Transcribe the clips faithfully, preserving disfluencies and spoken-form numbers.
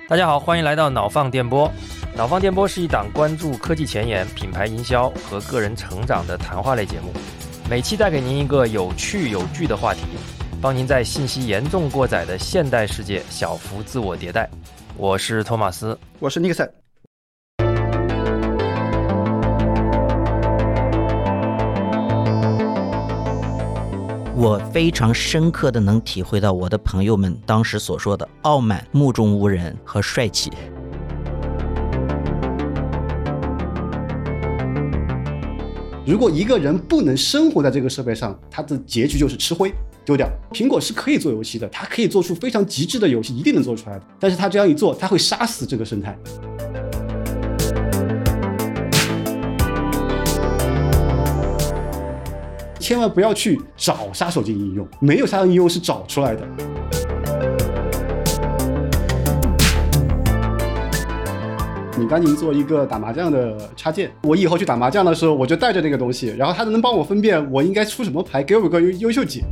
大家好，欢迎来到脑放电波。脑放电波是一档关注科技前沿、品牌营销和个人成长的谈话类节目，每期带给您一个有趣有据的话题，帮您在信息严重过载的现代世界小幅自我迭代。我是托马斯， 我是尼克森。 我非常深刻的能体会到我的朋友们当时所说的傲慢、目中无人和帅气。 如果一个人不能生活在这个设备上，他的结局就是吃灰丢掉。苹果是可以做游戏的，它可以做出非常极致的游戏，一定能做出来的，但是它这样一做，它会杀死这个生态。千万不要去找杀手级应用，没有杀手应用是找出来的。你赶紧做一个打麻将的插件，我以后去打麻将的时候，我就带着那个东西，然后它能帮我分辨我应该出什么牌，给我个优秀解。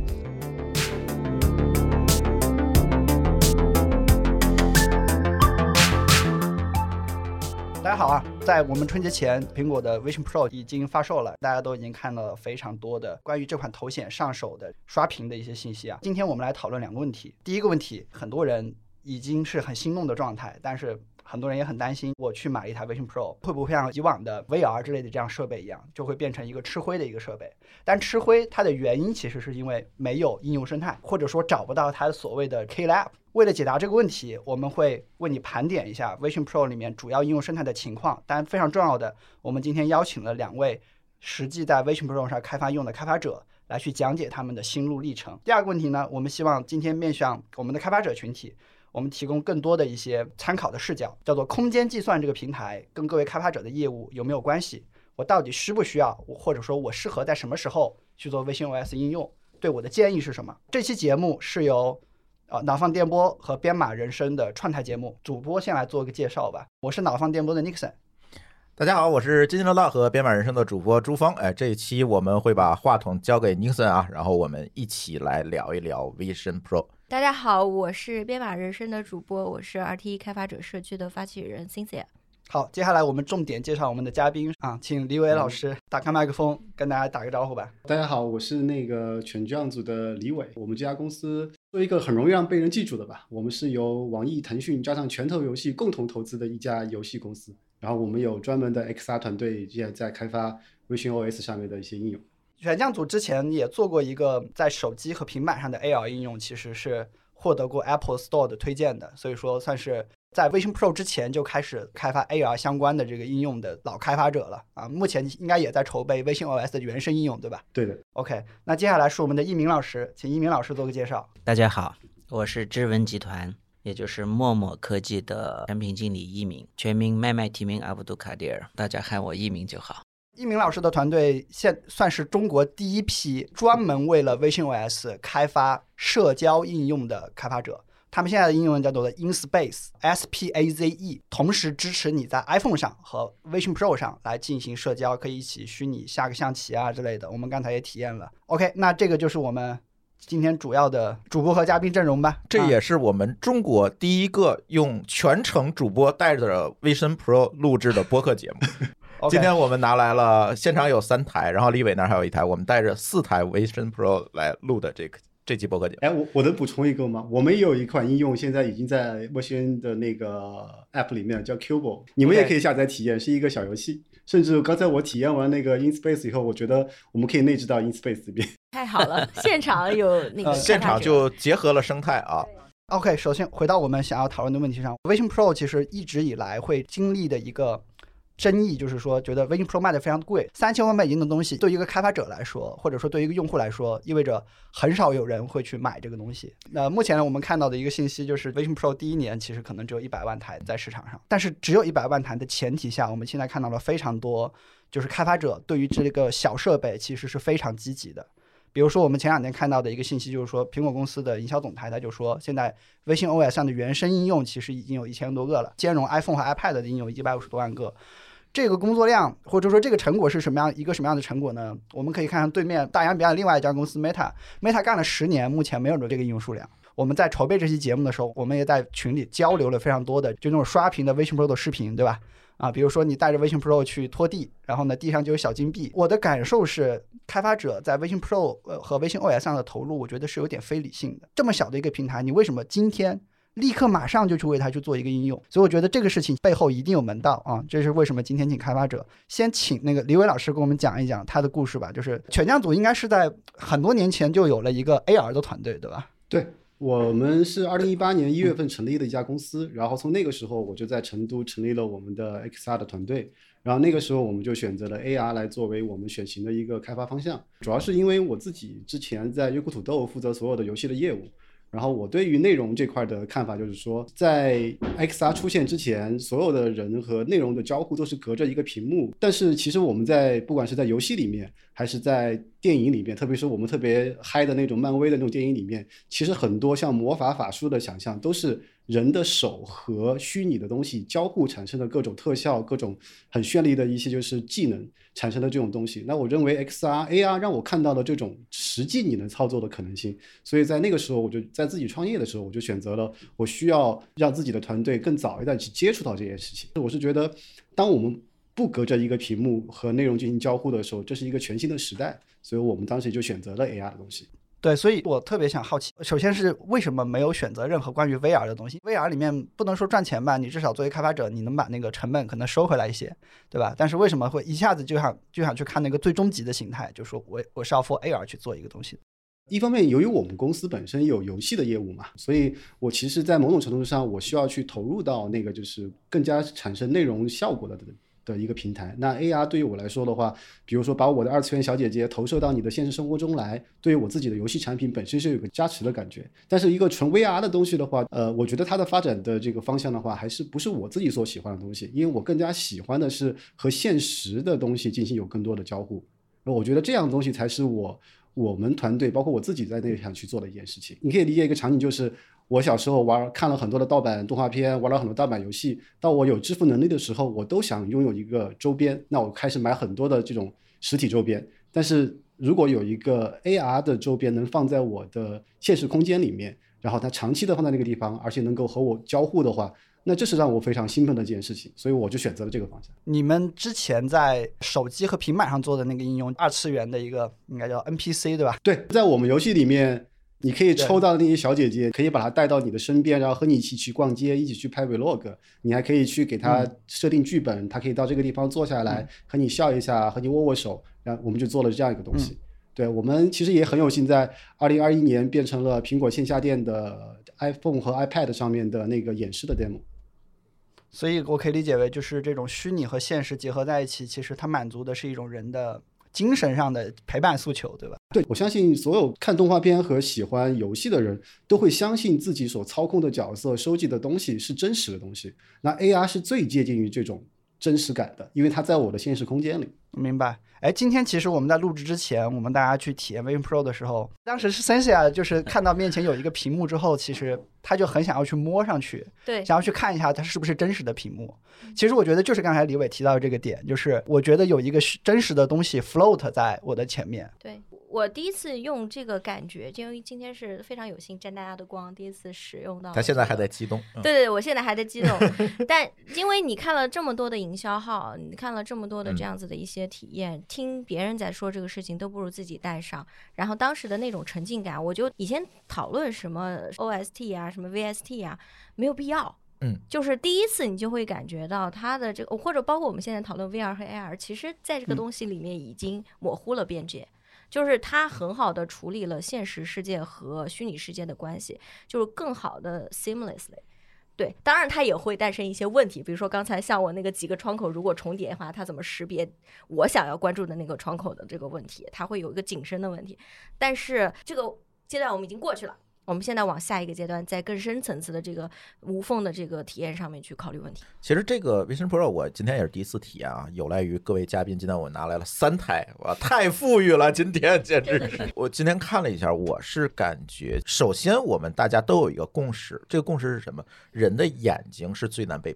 大家好啊，在我们春节前，苹果的 Vision Pro 已经发售了，大家都已经看到了非常多的关于这款头显上手的刷屏的一些信息啊。今天我们来讨论两个问题。第一个问题，很多人已经是很心动的状态，但是很多人也很担心，我去买一台 Vision Pro 会不会像以往的 V R 之类的这样设备一样，就会变成一个吃灰的一个设备。但吃灰它的原因其实是因为没有应用生态，或者说找不到它所谓的 Killer App。为了解答这个问题，我们会为你盘点一下 Vision Pro 里面主要应用生态的情况。当然非常重要的，我们今天邀请了两位实际在 Vision Pro 上开发用的开发者来去讲解他们的心路历程。第二个问题呢，我们希望今天面向我们的开发者群体，我们提供更多的一些参考的视角，叫做空间计算这个平台跟各位开发者的业务有没有关系？我到底需不需要，或者说我适合在什么时候去做 visionOS 应用？对我的建议是什么？这期节目是由呃脑放电波和编码人生的串台节目，主播先来做个介绍吧。我是脑放电波的 Nixon。 大家好，我是津津乐道和编码人生的主播朱峰。哎，这一期我们会把话筒交给 Nixon 啊，然后我们一起来聊一聊 Vision Pro。 大家好，我是编码人生的主播，我是 R T E 开发者社区的发起人 Cynthia。 好，接下来我们重点介绍我们的嘉宾啊，请李伟老师打开麦克风，跟大家打个招呼吧。大家好，我是那个犬酱组的李伟。我们这家公司做一个很容易让被人记住的吧，我们是由网易、腾讯加上拳头游戏共同投资的一家游戏公司。然后我们有专门的 X R 团队，现在在开发 visionOS 上面的一些应用。犬酱组之前也做过一个在手机和平板上的 A R 应用，其实是获得过 Apple Store 的推荐的，所以说算是在 Vision Pro 之前就开始开发 A R 相关的这个应用的老开发者了啊。目前应该也在筹备 visionOS 的原生应用，对吧？对的。OK， 那接下来是我们的一鸣老师，请一鸣老师做个介绍。 大家好，我是知文集团，也就是陌陌科技的产品经理一鸣，全名麦麦提名阿卜杜卡迪尔，大家喊我一鸣就好。 一鸣老师的团队现算是中国第一批专门为了 visionOS 开发社交应用的开发者。他们现在的应用叫做 InSpace S P A Z E， 同时支持你在 iPhone 上和 Vision Pro 上来进行社交，可以一起虚拟下个象棋啊之类的，我们刚才也体验了。 OK， 那这个就是我们今天主要的主播和嘉宾阵容吧。 这也是我们中国第一个用全程主播带着 Vision Pro 录制的播客节目。Okay. 今天我们拿来了，现场有三台，然后李伟那儿还有一台，我们带着四台 Vision Pro 来录的这个这期播客节目。 哎，我我能补充一个吗？我们也有一款应用，现在已经在陌生的那个 App 里面，叫 Cubo， 你们也可以下载体验， okay. 是一个小游戏。甚至刚才我体验完那个 InSpace 以后，我觉得我们可以内置到 InSpace 里面。 太好了，现场有那个、呃、 现场就结合了生态啊。 OK， 首先回到我们想要讨论的问题上 ，Vision Pro 其实一直以来会经历的一个争议，就是说觉得 Vision Pro 卖的非常贵，三千万美金的东西对于一个开发者来说，或者说对于一个用户来说，意味着很少有人会去买这个东西。那目前我们看到的一个信息就是 Vision Pro 第一年其实可能只有一百万台在市场上，但是只有一百万台的前提下，我们现在看到了非常多就是开发者对于这个小设备其实是非常积极的。比如说我们前两天看到的一个信息，就是说苹果公司的营销总裁他就说，现在 visionOS 上的原生应用其实已经有一千多个了，兼容 iPhone 和 iPad 的应用一百五十多万个。这个工作量或者说这个成果是什么样一个什么样的成果呢？我们可以看看对面大洋彼岸另外一家公司 Meta，Meta 干了十年，目前没有这个应用数量。 我们在筹备这期节目的时候，我们也在群里交流了非常多的就那种刷屏的 Vision Pro 的视频，对吧？啊，比如说你带着 Vision Pro 去拖地，然后呢地上就有小金币。我的感受是，开发者在 Vision Pro 呃和 Vision O S 上的投入，我觉得是有点非理性的。这么小的一个平台，你为什么今天立刻马上就去为它去做一个应用？所以我觉得这个事情背后一定有门道啊！这是为什么今天请开发者先请那个李伟老师给我们讲一讲他的故事吧。就是犬匠组应该是在很多年前就有了一个 A R 的团队，对吧？ 对。我们是二零一八年一月份成立的一家公司，然后从那个时候我就在成都成立了我们的 X R 的团队，然后那个时候我们就选择了 A R 来作为我们选型的一个开发方向。主要是因为我自己之前在优酷土豆负责所有的游戏的业务，然后我对于内容这块的看法就是说，在 X R 出现之前，所有的人和内容的交互都是隔着一个屏幕，但是其实我们在不管是在游戏里面还是在电影里面，特别是我们特别嗨的那种漫威的那种电影里面，其实很多像魔法法术的想象都是人的手和虚拟的东西交互产生的各种特效，各种很绚丽的一些就是技能产生的这种东西。那我认为 X R、A R 让我看到了这种实际你能操作的可能性，所以在那个时候我就在自己创业的时候，我就选择了我需要让自己的团队更早一点去接触到这件事情。我是觉得当我们不隔着一个屏幕和内容进行交互的时候，这是一个全新的时代，所以我们当时就选择了 A R 的东西。 对，所以我特别想好奇，首先是为什么没有选择任何关于 V R 的东西？ V R 里面不能说赚钱吧，你至少作为开发者你能把那个成本可能收回来一些，对吧？但是为什么会一下子就想就想去看那个最终极的形态，就是说我我是要 for A R 去做一个东西。 一方面由于我们公司本身有游戏的业务嘛，所以我其实在某种程度上我需要去投入到那个就是更加产生内容效果的的一个平台。那 A R 对于我来说的话，比如说把我的二次元小姐姐投射到你的现实生活中来，对于我自己的游戏产品本身是有个加持的感觉。但是一个纯 V R 的东西的话，呃，我觉得它的发展的这个方向的话，还是不是我自己所喜欢的东西，因为我更加喜欢的是和现实的东西进行有更多的交互。我觉得这样的东西才是我我们团队包括我自己在内想去做的一件事情。你可以理解一个场景，就是我小时候玩看了很多的盗版动画片，玩了很多盗版游戏，到我有支付能力的时候，我都想拥有一个周边，那我开始买很多的这种实体周边。但是如果有一个 A R 的周边能放在我的现实空间里面，然后它长期的放在那个地方，而且能够和我交互的话，那这是让我非常兴奋的一件事情，所以我就选择了这个方向。 你们之前在手机和平板上做的那个应用，二次元的一个应该叫 N P C 对吧？ 对，在我们游戏里面你可以抽到那些小姐姐，可以把她带到你的身边，然后和你一起去逛街，一起去拍 vlog。你还可以去给她设定剧本，她、嗯、可以到这个地方坐下来、嗯、和你笑一下，和你握握手，然后我们就做了这样一个东西。嗯、对，我们其实也很有幸在二零二一年变成了苹果线下店的 iPhone 和 iPad 上面的那个演示的 demo。 所以我可以理解为，就是这种虚拟和现实结合在一起，其实它满足的是一种人的精神上的陪伴诉求，对吧？ 对，我相信所有看动画片和喜欢游戏的人都会相信自己所操控的角色收集的东西是真实的东西。那 A R 是最接近于这种真实感的，因为它在我的现实空间里。 明白。哎，今天其实我们在录制之前，我们大家去体验 Vision Pro 的时候，当时是 Cynthia 就是看到面前有一个屏幕之后，其实他就很想要去摸上去， 对， 想要去看一下它是不是真实的屏幕。其实我觉得就是刚才李伟提到的这个点，就是我觉得有一个真实的东西 float 在我的前面。 对，我第一次用这个感觉，因为今天是非常有幸沾大家的光，第一次使用到、这个。 他现在还在激动。 对对对，我现在还在激动。但因为你看了这么多的营销号，你看了这么多的这样子的一些体验，嗯、听别人在说这个事情，都不如自己带上。然后当时的那种沉浸感，我就以前讨论什么 O S T 啊，什么 V S T 啊，没有必要。 嗯， 就是第一次你就会感觉到它的这个，或者包括我们现在讨论 V R 和 A R， 其实在这个东西里面已经模糊了边界。嗯，就是它很好的处理了现实世界和虚拟世界的关系，就是更好的 seamlessly。对，当然它也会诞生一些问题，比如说刚才像我那个几个窗口如果重叠的话，它怎么识别我想要关注的那个窗口的这个问题，它会有一个景深的问题。但是这个阶段我们已经过去了。我们现在往下一个阶段，在更深层次的这个无缝的这个体验上面去考虑问题。 其实这个 Vision Pro 我今天也是第一次体验啊，有赖于各位嘉宾，今天我拿来了三台，哇，太富裕了，今天简直是。我今天看了一下，我是感觉，首先我们大家都有一个共识，这个共识是什么？人的眼睛是最难被骗的。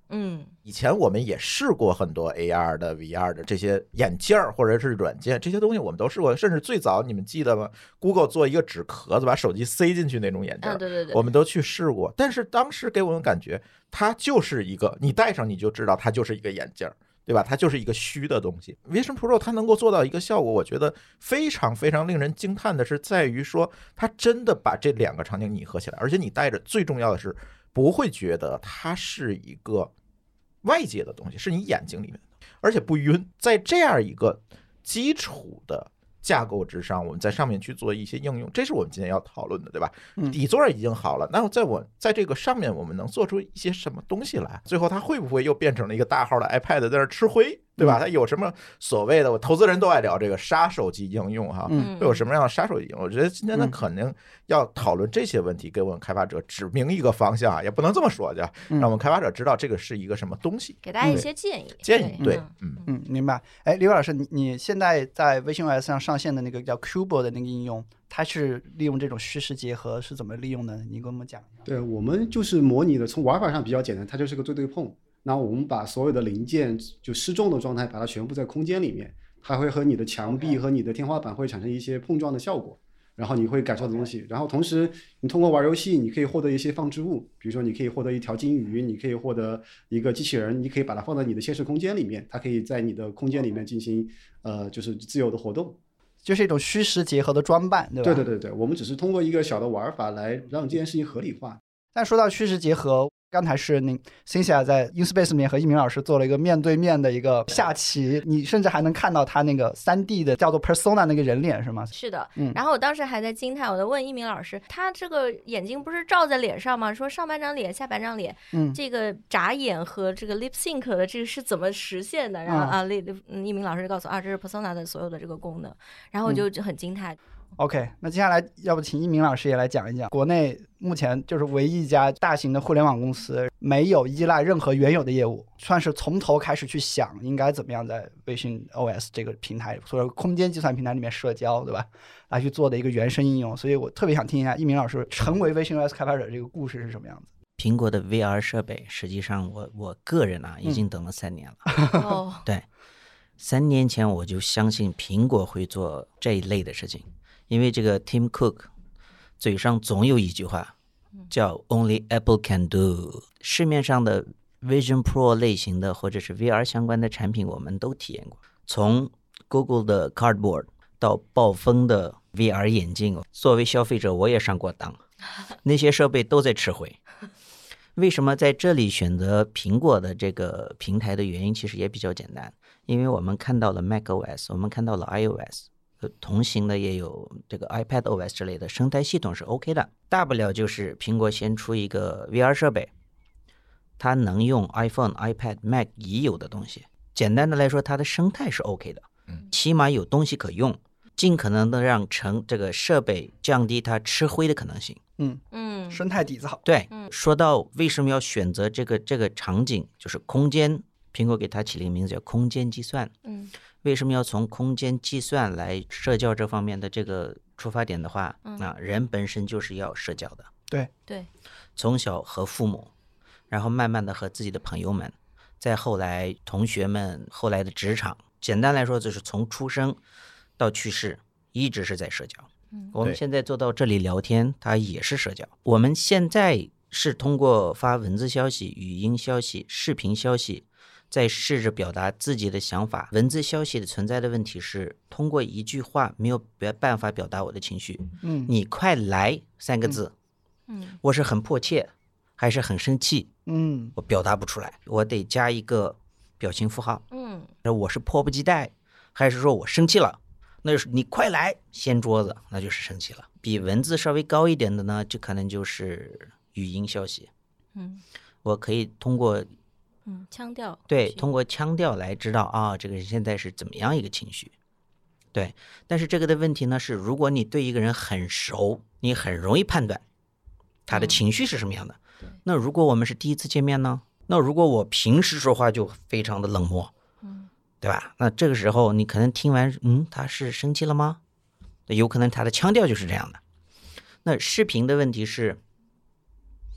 嗯， 以前我们也试过很多 A R 的 V R 的这些眼镜或者是软件，这些东西我们都试过，甚至最早你们记得吗 Google 做一个纸壳子把手机塞进去那种眼镜、 啊、对对对， 我们都去试过，但是当时给我们感觉它就是一个你戴上你就知道它就是一个眼镜，对吧？它就是一个虚的东西。 Vision Pro 它能够做到一个效果，我觉得非常非常令人惊叹的是在于说它真的把这两个场景拟合起来，而且你戴着最重要的是不会觉得它是一个外界的东西，是你眼睛里面的，而且不晕。在这样一个基础的架构之上，我们在上面去做一些应用，这是我们今天要讨论的，对吧？底座已经好了，那在我在这个上面我们能做出一些什么东西来？最后它会不会又变成了一个大号的 iPad 在那吃灰，对吧？它有什么所谓的，我投资人都爱聊这个杀手级应用哈，会有什么样的杀手级应用？我觉得今天呢可能要讨论这些问题，给我们开发者指明一个方向啊，也不能这么说，就让我们开发者知道这个是一个什么东西， 给大家一些建议。 建议对， 嗯嗯，明白。哎，刘老师，你你现在在微信 O S 上上线的那个叫 Cubo 的那个应用，它是利用这种虚实结合是怎么利用的？你跟我们讲一下。 对，我们就是模拟的，从玩法上比较简单，它就是个对对碰。那我们把所有的零件就失重的状态，把它全部在空间里面，它会和你的墙壁和你的天花板会产生一些碰撞的效果，然后你会感受的东西。然后同时，你通过玩游戏，你可以获得一些放置物，比如说你可以获得一条金鱼，你可以获得一个机器人，你可以把它放在你的现实空间里面，它可以在你的空间里面进行呃就是自由的活动。 就是一种虚实结合的装扮，对吧？ 对对对对，我们只是通过一个小的玩法来让这件事情合理化。 但说到虚实结合，刚才是那 Cynthia 在 InSpace 里面和一鸣老师做了一个面对面的一个下棋，你甚至还能看到他那个 三 D 的叫做 Persona 那个人脸是吗？ 是的， 嗯。 然后我当时还在惊叹，我在问一鸣老师，他这个眼睛不是照在脸上吗？说上半张脸、下半张脸， 嗯， 这个眨眼和这个 lip sync 的这个是怎么实现的？然后、嗯、啊，一鸣老师就告诉我啊，这是 Persona 的所有的这个功能，然后我就很惊叹。嗯 OK， 那接下来要不请一鸣老师也来讲一讲，国内目前就是唯一一家大型的互联网公司没有依赖任何原有的业务，算是从头开始去想应该怎么样在微信 O S 这个平台，所谓空间计算平台里面社交，对吧？来去做的一个原生应用。所以我特别想听一下一鸣老师成为微信 O S 开发者这个故事是什么样子。 苹果的 V R 设备，实际上我我个人啊，已经等了三年了。 哦、 嗯，对，三年前我就相信苹果会做这一类的事情。因为这个 Tim Cook 嘴上总有一句话叫 Only Apple can do。 市面上的 Vision Pro 类型的或者是 V R 相关的产品我们都体验过，从 Google 的 Cardboard 到暴风的 V R 眼镜，作为消费者我也上过当，那些设备都在吃灰。为什么在这里选择苹果的这个平台的原因其实也比较简单，因为我们看到了 macOS， 我们看到了 iOS，同行的也有这个 iPadOS 之类的生态系统是 OK 的，大不了就是苹果先出一个 V R 设备，它能用 iPhone、iPad、Mac 已有的东西，简单的来说它的生态是 OK 的，起码有东西可用，尽可能的让成这个设备降低它吃灰的可能性。 嗯嗯，生态底子好。 对，说到为什么要选择这个这个场景，就是空间，苹果给它起了一个名字叫空间计算。 嗯。 为什么要从空间计算来社交这方面的这个出发点的话，嗯、啊，人本身就是要社交的。 对对， 从小和父母，然后慢慢的和自己的朋友们，再后来同学们，后来的职场，简单来说就是从出生到去世，一直是在社交。嗯、我们现在坐到这里聊天，它也是社交。我们现在是通过发文字消息、语音消息、视频消息。在试着表达自己的想法。文字消息的存在的问题是，通过一句话没有办法表达我的情绪。嗯，你快来三个字，嗯，我是很迫切，还是很生气？嗯，我表达不出来，我得加一个表情符号。嗯，我是迫不及待，还是说我生气了？那就是你快来掀桌子，那就是生气了。比文字稍微高一点的呢，就可能就是语音消息。嗯，我可以通过。 嗯，腔调对，通过腔调来知道啊，这个人现在是怎么样一个情绪。对，但是这个的问题呢是，如果你对一个人很熟，你很容易判断他的情绪是什么样的。嗯、那如果我们是第一次见面呢？那如果我平时说话就非常的冷漠，嗯，对吧？那这个时候你可能听完，嗯，他是生气了吗？有可能他的腔调就是这样的。那视频的问题是，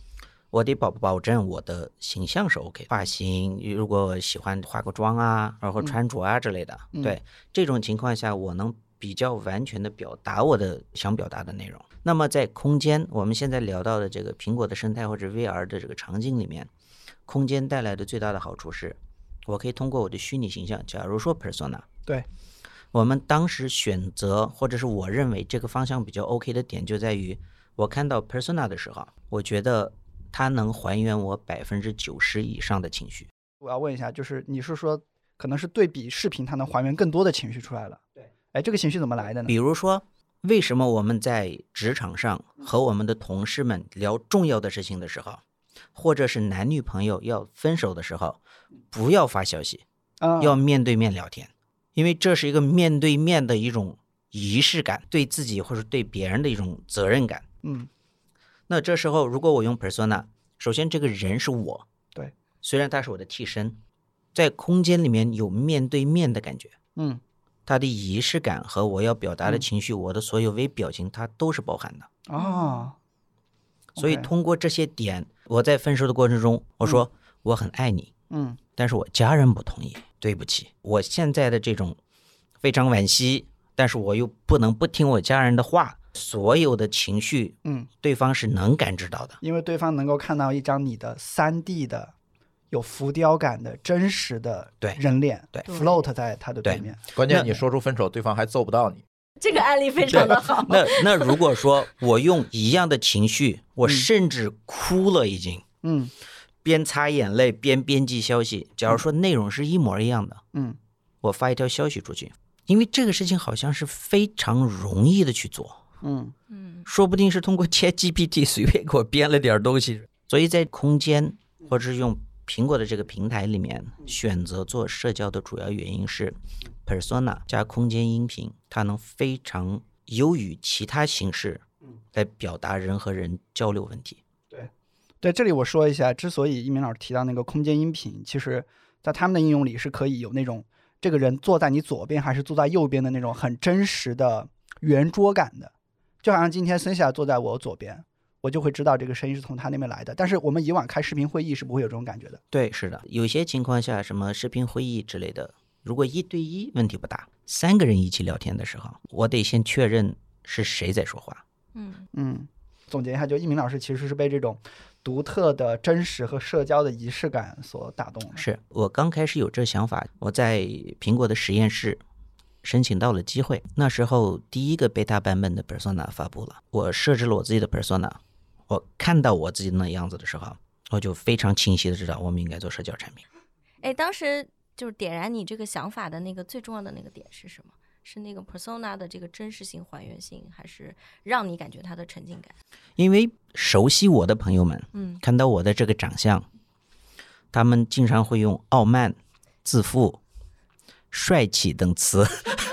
我得保保证我的形象是 OK 的，发型如果喜欢化个妆啊，然后穿着啊之类的， 嗯、 对这种情况下，我能比较完全的表达我的想表达的内容。那么在空间，我们现在聊到的这个苹果的生态或者 V R 的这个场景里面，空间带来的最大的好处是，我可以通过我的虚拟形象，假如说 persona， 对， 我们当时选择或者是我认为这个方向比较 OK 的点就在于，我看到 persona 的时候，我觉得它能还原我百分之九十以上的情绪。 我要问一下，就是你是说可能是对比视频，它能还原更多的情绪出来了？ 对， 哎，这个情绪怎么来的呢？ 比如说，为什么我们在职场上和我们的同事们聊重要的事情的时候，或者是男女朋友要分手的时候，不要发消息， 嗯、 要面对面聊天，因为这是一个面对面的一种仪式感，对自己或者对别人的一种责任感。 嗯， 那这时候如果我用 persona， 首先这个人是我， 对， 虽然他是我的替身，在空间里面有面对面的感觉， 嗯， 它的仪式感和我要表达的情绪，嗯、我的所有微表情，它都是包含的。 哦， 所以通过这些点，我在分手的过程中，我说、嗯、我很爱你， 嗯， 但是我家人不同意，对不起，我现在的这种非常惋惜，但是我又不能不听我家人的话，所有的情绪， 嗯， 对方是能感知到的， 因为对方能够看到一张你的 三 D 的。有浮雕感的真实的人脸， 对 float 在他的对面。 对，关键你说出分手，对方还揍不到你。 这个案例非常的好。 那那如果说我用一样的情绪，我甚至哭了已经， 嗯， 边擦眼泪边编辑消息，假如说内容是一模一样的， 嗯， 我发一条消息出去，因为这个事情好像是非常容易的去做， 嗯嗯， 说不定是通过 ChatGPT 随便给我编了点东西，所以在空间或者是用苹果的这个平台里面选择做社交的主要原因是 persona 加空间音频，它能非常优于其他形式来表达人和人交流问题。 对，对，这里我说一下，之所以一鸣老师提到那个空间音频，其实在他们的应用里是可以有那种这个人坐在你左边还是坐在右边的那种很真实的圆桌感的，就好像今天森夏坐在我左边，我就会知道这个声音是从他那边来的。但是我们以往开视频会议是不会有这种感觉的。 对，是的，有些情况下什么视频会议之类的，如果一对一问题不大，三个人一起聊天的时候，我得先确认是谁在说话。 嗯嗯，总结一下，就一鸣老师其实是被这种独特的真实和社交的仪式感所打动了。 是我刚开始有这想法，我在苹果的实验室申请到了机会，那时候第一个 beta 版本的 persona 发布了，我设置了我自己的 persona， 我看到我自己那样子的时候，我就非常清晰的知道我们应该做社交产品。 哎，当时就是点燃你这个想法的那个最重要的那个点是什么？是那个 persona 的这个真实性、还原性，还是让你感觉它的沉浸感？ 因为熟悉我的朋友们， 嗯， 看到我的这个长相，他们经常会用傲慢、自负、帅气等词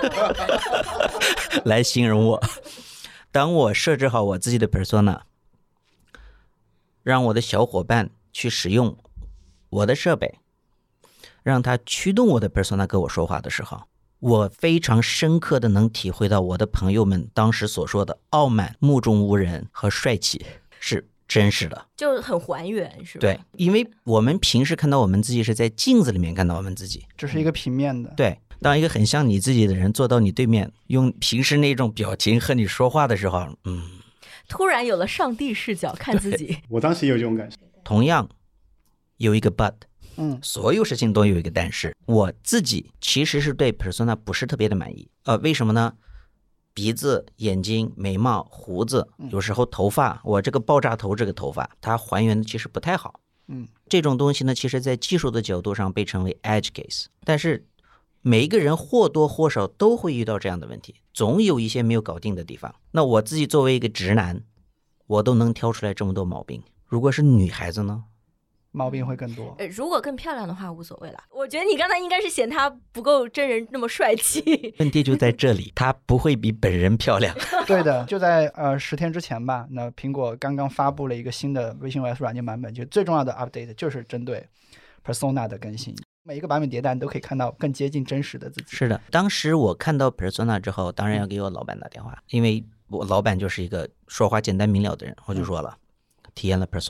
来形容我。当我设置好我自己的 persona， 让我的小伙伴去使用我的设备，让他驱动我的 persona 跟我说话的时候，我非常深刻的能体会到我的朋友们当时所说的傲慢、目中无人和帅气是真实的， 就很还原，是吧？ 对，因为我们平时看到我们自己是在镜子里面看到我们自己， 这是一个平面的。 对，当一个很像你自己的人坐到你对面，用平时那种表情和你说话的时候，嗯， 突然有了上帝视角看自己。 我当时也有这种感受。 同样有一个 but， 嗯， 所有事情都有一个但是。我自己其实是对 persona 不是特别的满意，呃，为什么呢？鼻子、眼睛、眉毛、胡子，有时候头发，我这个爆炸头这个头发，它还原的其实不太好。 嗯， 这种东西呢，其实在技术的角度上被称为 edge case， 但是每一个人或多或少都会遇到这样的问题，总有一些没有搞定的地方。那我自己作为一个直男，我都能挑出来这么多毛病，如果是女孩子呢？ 毛病会更多。 呃，如果更漂亮的话无所谓了。我觉得你刚才应该是嫌她不够真人那么帅气。 问题就在这里，她不会比本人漂亮。 对的，就在呃十天之前吧，那苹果刚刚发布了一个新的微信 O S 软件版本，就最重要的 update 就是针对 persona 的更新。每一个版本迭代你都可以看到更接近真实的自己。 是的，当时我看到 persona 之后，当然要给我老板打电话，因为我老板就是一个说话简单明了的人，我就说了，体验了 persona。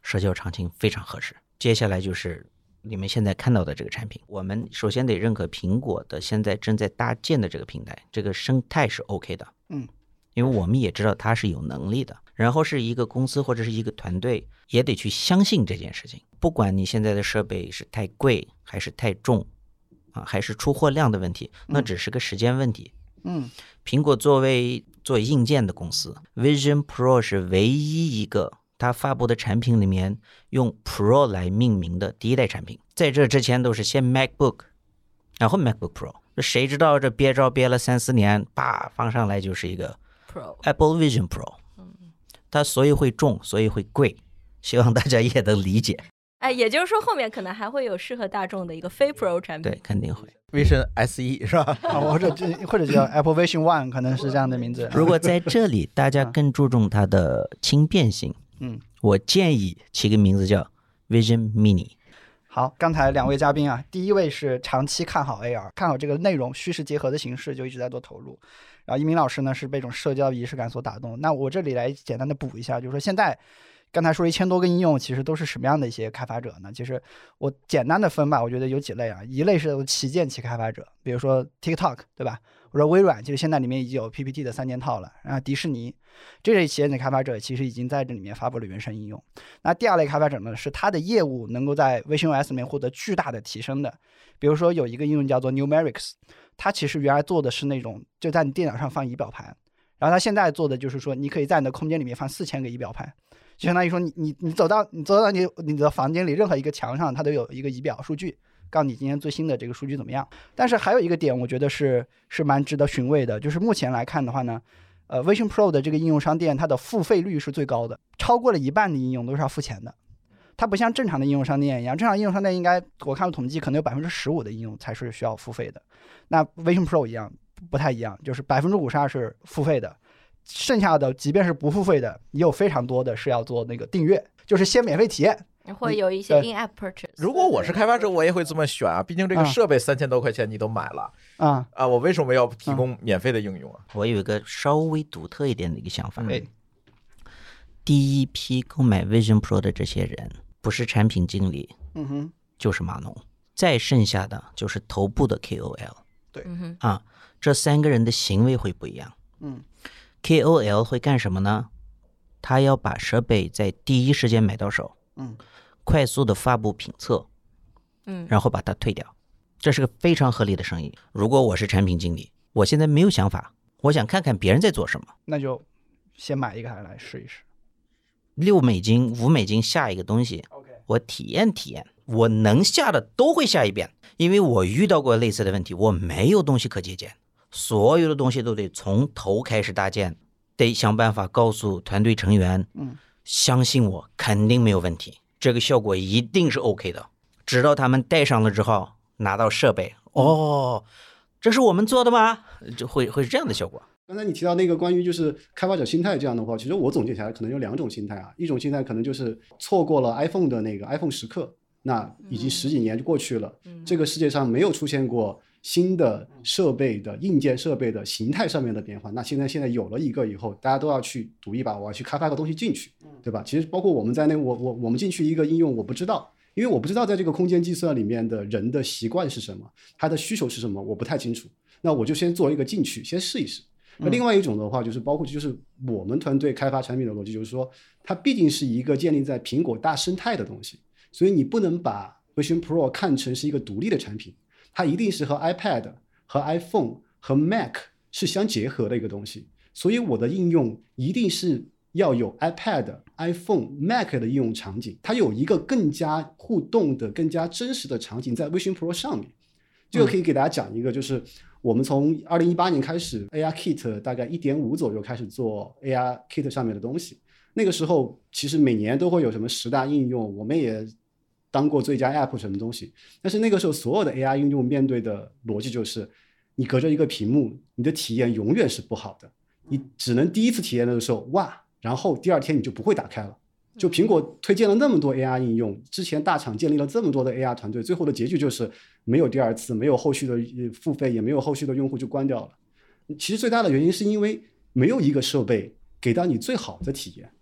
社交场景非常合适。接下来就是你们现在看到的这个产品，我们首先得认可苹果的现在正在搭建的这个平台，这个生态是 OK 的， 嗯， 因为我们也知道它是有能力的。然后是一个公司或者是一个团队也得去相信这件事情，不管你现在的设备是太贵还是太重啊，还是出货量的问题，那只是个时间问题。 嗯， 苹果作为做硬件的公司 ，Vision Pro 是唯一一个它发布的产品里面用 Pro 来命名的第一代产品。在这之前都是先 MacBook， 然后 MacBook Pro， 谁知道这憋招憋了三四年，叭放上来就是一个 Pro Apple Vision Pro。它所以会重，所以会贵，希望大家也能理解。 哎，也就是说后面可能还会有适合大众的一个非 Pro 产品。 对，肯定会。 Vision S E 是吧？ 啊，或者或者叫 Apple Vision One， 可能是这样的名字。 如果在这里大家更注重它的轻便性， 嗯， 我建议起个名字叫 Vision Mini。 好，刚才两位嘉宾啊，第一位是长期看好 A R， 看好这个内容虚实结合的形式，就一直在做投入。然后一鸣老师呢是被这种社交仪式感所打动。那我这里来简单的补一下，就是说现在刚才说一千多个应用，其实都是什么样的一些开发者呢？其实我简单的分吧，我觉得有几类啊。一类是旗舰级开发者，比如说 TikTok， 对吧？或者微软，其实现在里面已经有 P P T 的三件套了。然后迪士尼这类旗舰的开发者，其实已经在这里面发布了原生应用。那第二类开发者呢，是他的业务能够在 visionOS 里面获得巨大的提升的。比如说有一个应用叫做 Numerics， 它其实原来做的是那种就在你电脑上放仪表盘，然后它现在做的就是说，你可以在你的空间里面放四千个仪表盘。就相当于说你你你走到你走到你你的房间里任何一个墙上，它都有一个仪表数据，告诉你今天最新的这个数据怎么样。但是还有一个点，我觉得是是蛮值得寻味的，就是目前来看的话呢，呃 Vision Pro 的这个应用商店，它的付费率是最高的，超过了一半的应用都是要付钱的。它不像正常的应用商店一样，正常应用商店应该我看统计可能有百分之十五的应用才是需要付费的，那 Vision Pro 一样不太一样，就是百分之五十二是付费的。剩下的即便是不付费的，也有非常多的是要做那个订阅，就是先免费体验， 会有一些 in-app purchase。 如果我是开发者，我也会这么选啊，毕竟这个设备三千多块钱你都买了啊啊，我为什么要提供免费的应用啊？ 我有一个稍微独特一点的一个想法， 哎， 第一批购买 Vision Pro 的这些人，不是产品经理， 嗯哼， 就是码农，再剩下的就是头部的 K O L。 对， 嗯哼， 啊，这三个人的行为会不一样。 嗯。 K O L 会干什么呢？他要把设备在第一时间买到手， 嗯， 快速的发布评测， 嗯， 然后把它退掉，这是个非常合理的生意。如果我是产品经理，我现在没有想法，我想看看别人在做什么， 那就先买一个来试一试。 六美金、五美金下一个东西， OK， 我体验体验，我能下的都会下一遍，因为我遇到过类似的问题，我没有东西可借鉴。所有的东西都得从头开始搭建，得想办法告诉团队成员， 嗯， 相信我，肯定没有问题，这个效果一定是 OK 的。直到他们带上了之后，拿到设备，哦，这是我们做的吗？就会会是这样的效果。 刚才你提到那个关于就是开发者心态这样的话，其实我总结起来可能有两种心态啊，一种心态可能就是错过了 iPhone 的那个 iPhone 时刻，那已经十几年就过去了， 嗯， 这个世界上没有出现过新的设备的硬件设备的形态上面的变化，那现在现在有了一个以后，大家都要去赌一把，我要去开发个东西进去，对吧？其实包括我们在内，我我我们进去一个应用，我不知道，因为我不知道在这个空间计算里面的人的习惯是什么，他的需求是什么，我不太清楚。那我就先做一个进去，先试一试。那另外一种的话，就是包括就是我们团队开发产品的逻辑，就是说它毕竟是一个建立在苹果大生态的东西，所以你不能把 Vision Pro 看成是一个独立的产品。它一定是和 iPad 和 iPhone 和 Mac 是相结合的一个东西，所以我的应用一定是要有 iPad、iPhone、Mac 的应用场景，它有一个更加互动的、更加真实的场景在 Vision Pro 上面。这个可以给大家讲一个，就是我们从二零一八年开始 A R Kit 大概 一点五 左右开始做 A R Kit 上面的东西，那个时候其实每年都会有什么十大应用，我们也当过最佳 App 什么东西，但是那个时候所有的 A R 应用面对的逻辑就是，你隔着一个屏幕，你的体验永远是不好的，你只能第一次体验的时候哇，然后第二天你就不会打开了。就苹果推荐了那么多 A R 应用，之前大厂建立了这么多的 A R 团队，最后的结局就是没有第二次，没有后续的付费，也没有后续的用户就关掉了。其实最大的原因是因为没有一个设备给到你最好的体验。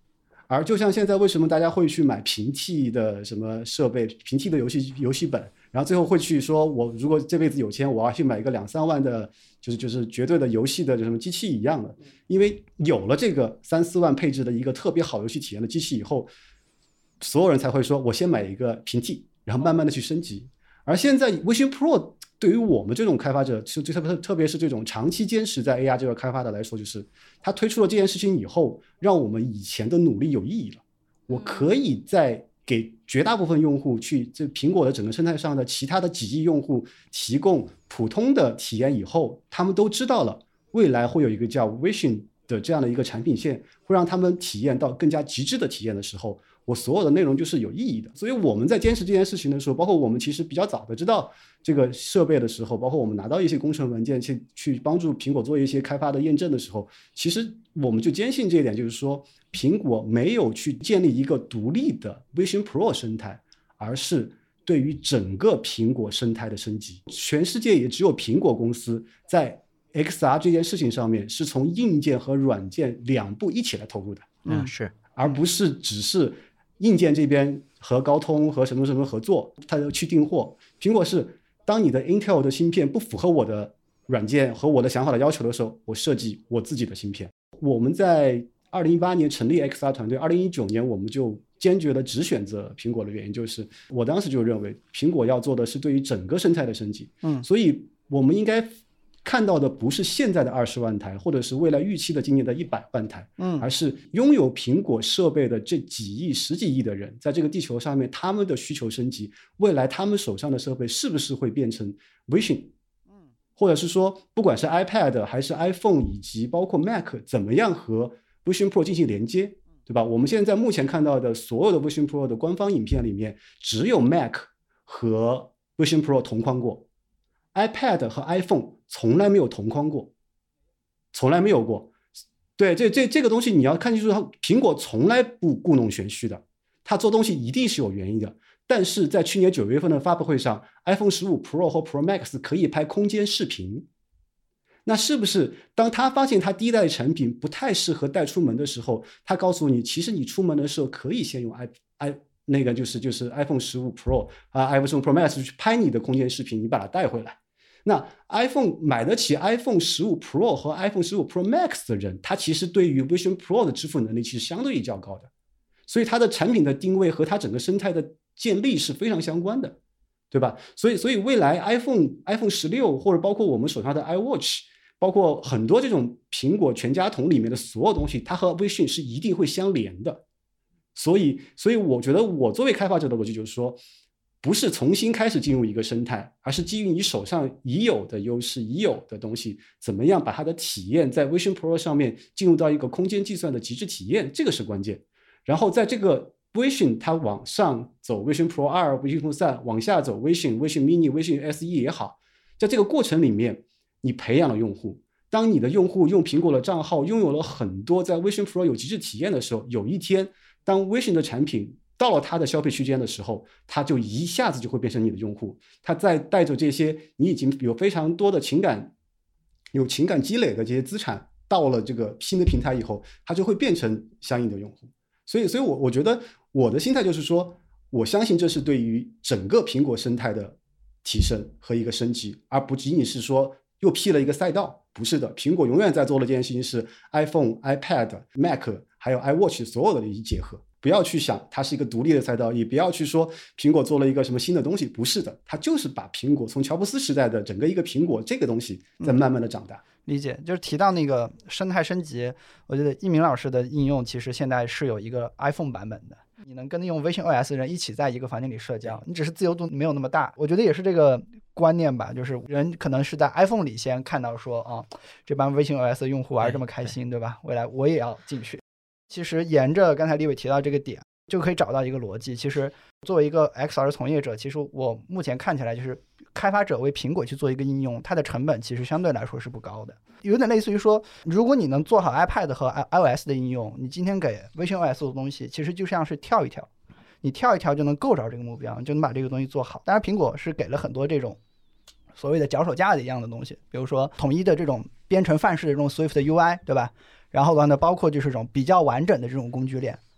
而就像现在为什么大家会去买平替的什么设备，平替的游戏游戏本，然后最后会去说我如果这辈子有钱我要去买一个两三万的就是就是绝对的游戏的什么机器一样的，因为有了这个三四万配置的一个特别好游戏体验的机器以后，所有人才会说我先买一个平替，然后慢慢的去升级。而现在 Vision Pro 对于我们这种开发者，特别是这种长期坚持在 A R 这个开发的来说，就是他推出了这件事情以后，让我们以前的努力有意义了。我可以在给绝大部分用户去这苹果的整个生态上的其他的几亿用户提供普通的体验以后，他们都知道了未来会有一个叫 Vision 的这样的一个产品线，会让他们体验到更加极致的体验的时候，我所有的内容就是有意义的。所以我们在坚持这件事情的时候，包括我们其实比较早的知道这个设备的时候，包括我们拿到一些工程文件去去帮助苹果做一些开发的验证的时候，其实我们就坚信这一点，就是说苹果没有去建立一个独立的 Vision Pro 生态，而是对于整个苹果生态的升级。全世界也只有苹果公司在 X R 这件事情上面是从硬件和软件两步一起来投入的， 嗯，是， 而不是只是硬件这边和高通和什么什么合作，他去订货。苹果是当你的 Intel 的芯片不符合我的软件和我的想法的要求的时候，我设计我自己的芯片。我们在二零一八年成立 X R 团队，二零一九年我们就坚决的只选择苹果的原因，就是我当时就认为苹果要做的是对于整个生态的升级。嗯，所以我们应该看到的不是现在的二十万台，或者是未来预期的今年的一百万台，嗯，而是拥有苹果设备的这几亿、十几亿的人，在这个地球上面，他们的需求升级，未来他们手上的设备是不是会变成 Vision， 嗯，或者是说，不管是 iPad 还是 iPhone 以及包括 Mac， 怎么样和 Vision Pro 进行连接，对吧？我们现在目前看到的所有的 Vision Pro 的官方影片里面，只有 Mac 和 Vision Pro 同框过。iPad 和 iPhone 从来没有同框过，从来没有过。对，这这这个东西你要看清楚，苹果从来不故弄玄虚的，它做东西一定是有原因的。但是在去年九月份的发布会上 ，iPhone 十五 Pro 和 Pro Max 可以拍空间视频，那是不是当他发现他第一代产品不太适合带出门的时候，他告诉你，其实你出门的时候可以先用 i i 那个就是就是 iPhone 十五 Pro 啊 ，iPhone Pro Max 去拍你的空间视频，你把它带回来。那 iPhone 买得起 iPhone 十五 Pro 和 iPhone 十五 Pro Max 的人，他其实对于 Vision Pro 的支付能力其实相对于较高的，所以它的产品的定位和它整个生态的建立是非常相关的，对吧？所以所以未来 iPhone iPhone 十六或者包括我们手上的 iWatch， 包括很多这种苹果全家桶里面的所有东西，它和 Vision 是一定会相连的。所以所以我觉得我作为开发者的逻辑就是说，不是重新开始进入一个生态，而是基于你手上已有的优势、已有的东西，怎么样把它的体验在 Vision Pro 上面进入到一个空间计算的极致体验，这个是关键。然后在这个 Vision 它往上走 Vision Pro 二、Vision Pro 三，往下走 Vision、Vision Mini、Vision S E 也好，在这个过程里面，你培养了用户。当你的用户用苹果的账号拥有了很多在 Vision Pro 有极致体验的时候，有一天当 Vision 的产品到了他的消费区间的时候，他就一下子就会变成你的用户。他再带着这些你已经有非常多的情感、有情感积累的这些资产，到了这个新的平台以后，他就会变成相应的用户。所以，所以我我觉得我的心态就是说，我相信这是对于整个苹果生态的提升和一个升级，而不仅仅是说又辟了一个赛道。不是的，苹果永远在做的这件事情是 iPhone、iPad、Mac 还有 iWatch 所有的一起结合。不要去想它是一个独立的赛道，也不要去说苹果做了一个什么新的东西，不是的，它就是把苹果从乔布斯时代的整个一个苹果这个东西在慢慢的长大。嗯， 理解，就是提到那个生态升级，我觉得一鸣老师的应用其实现在是有一个 iPhone 版本的，你能跟用 Vision O S 的人一起在一个房间里社交，你只是自由度没有那么大。我觉得也是这个观念吧，就是人可能是在 iPhone 里先看到说啊，这帮 Vision O S 的用户玩这么开心， 对, 对吧？未来我也要进去。其实沿着刚才立伟提到这个点，就可以找到一个逻辑。其实作为一个 X R 从业者，其实我目前看起来就是开发者为苹果去做一个应用，它的成本其实相对来说是不高的，有点类似于说，如果你能做好 iPad 和 iOS 的应用，你今天给 Vision O S 的东西其实就像是跳一跳，你跳一跳就能够着这个目标，就能把这个东西做好。当然苹果是给了很多这种所谓的脚手架的一样的东西，比如说统一的这种编程范式的这种 Swift 的 U I， 对吧？然后呢，包括就是这种比较完整的这种工具链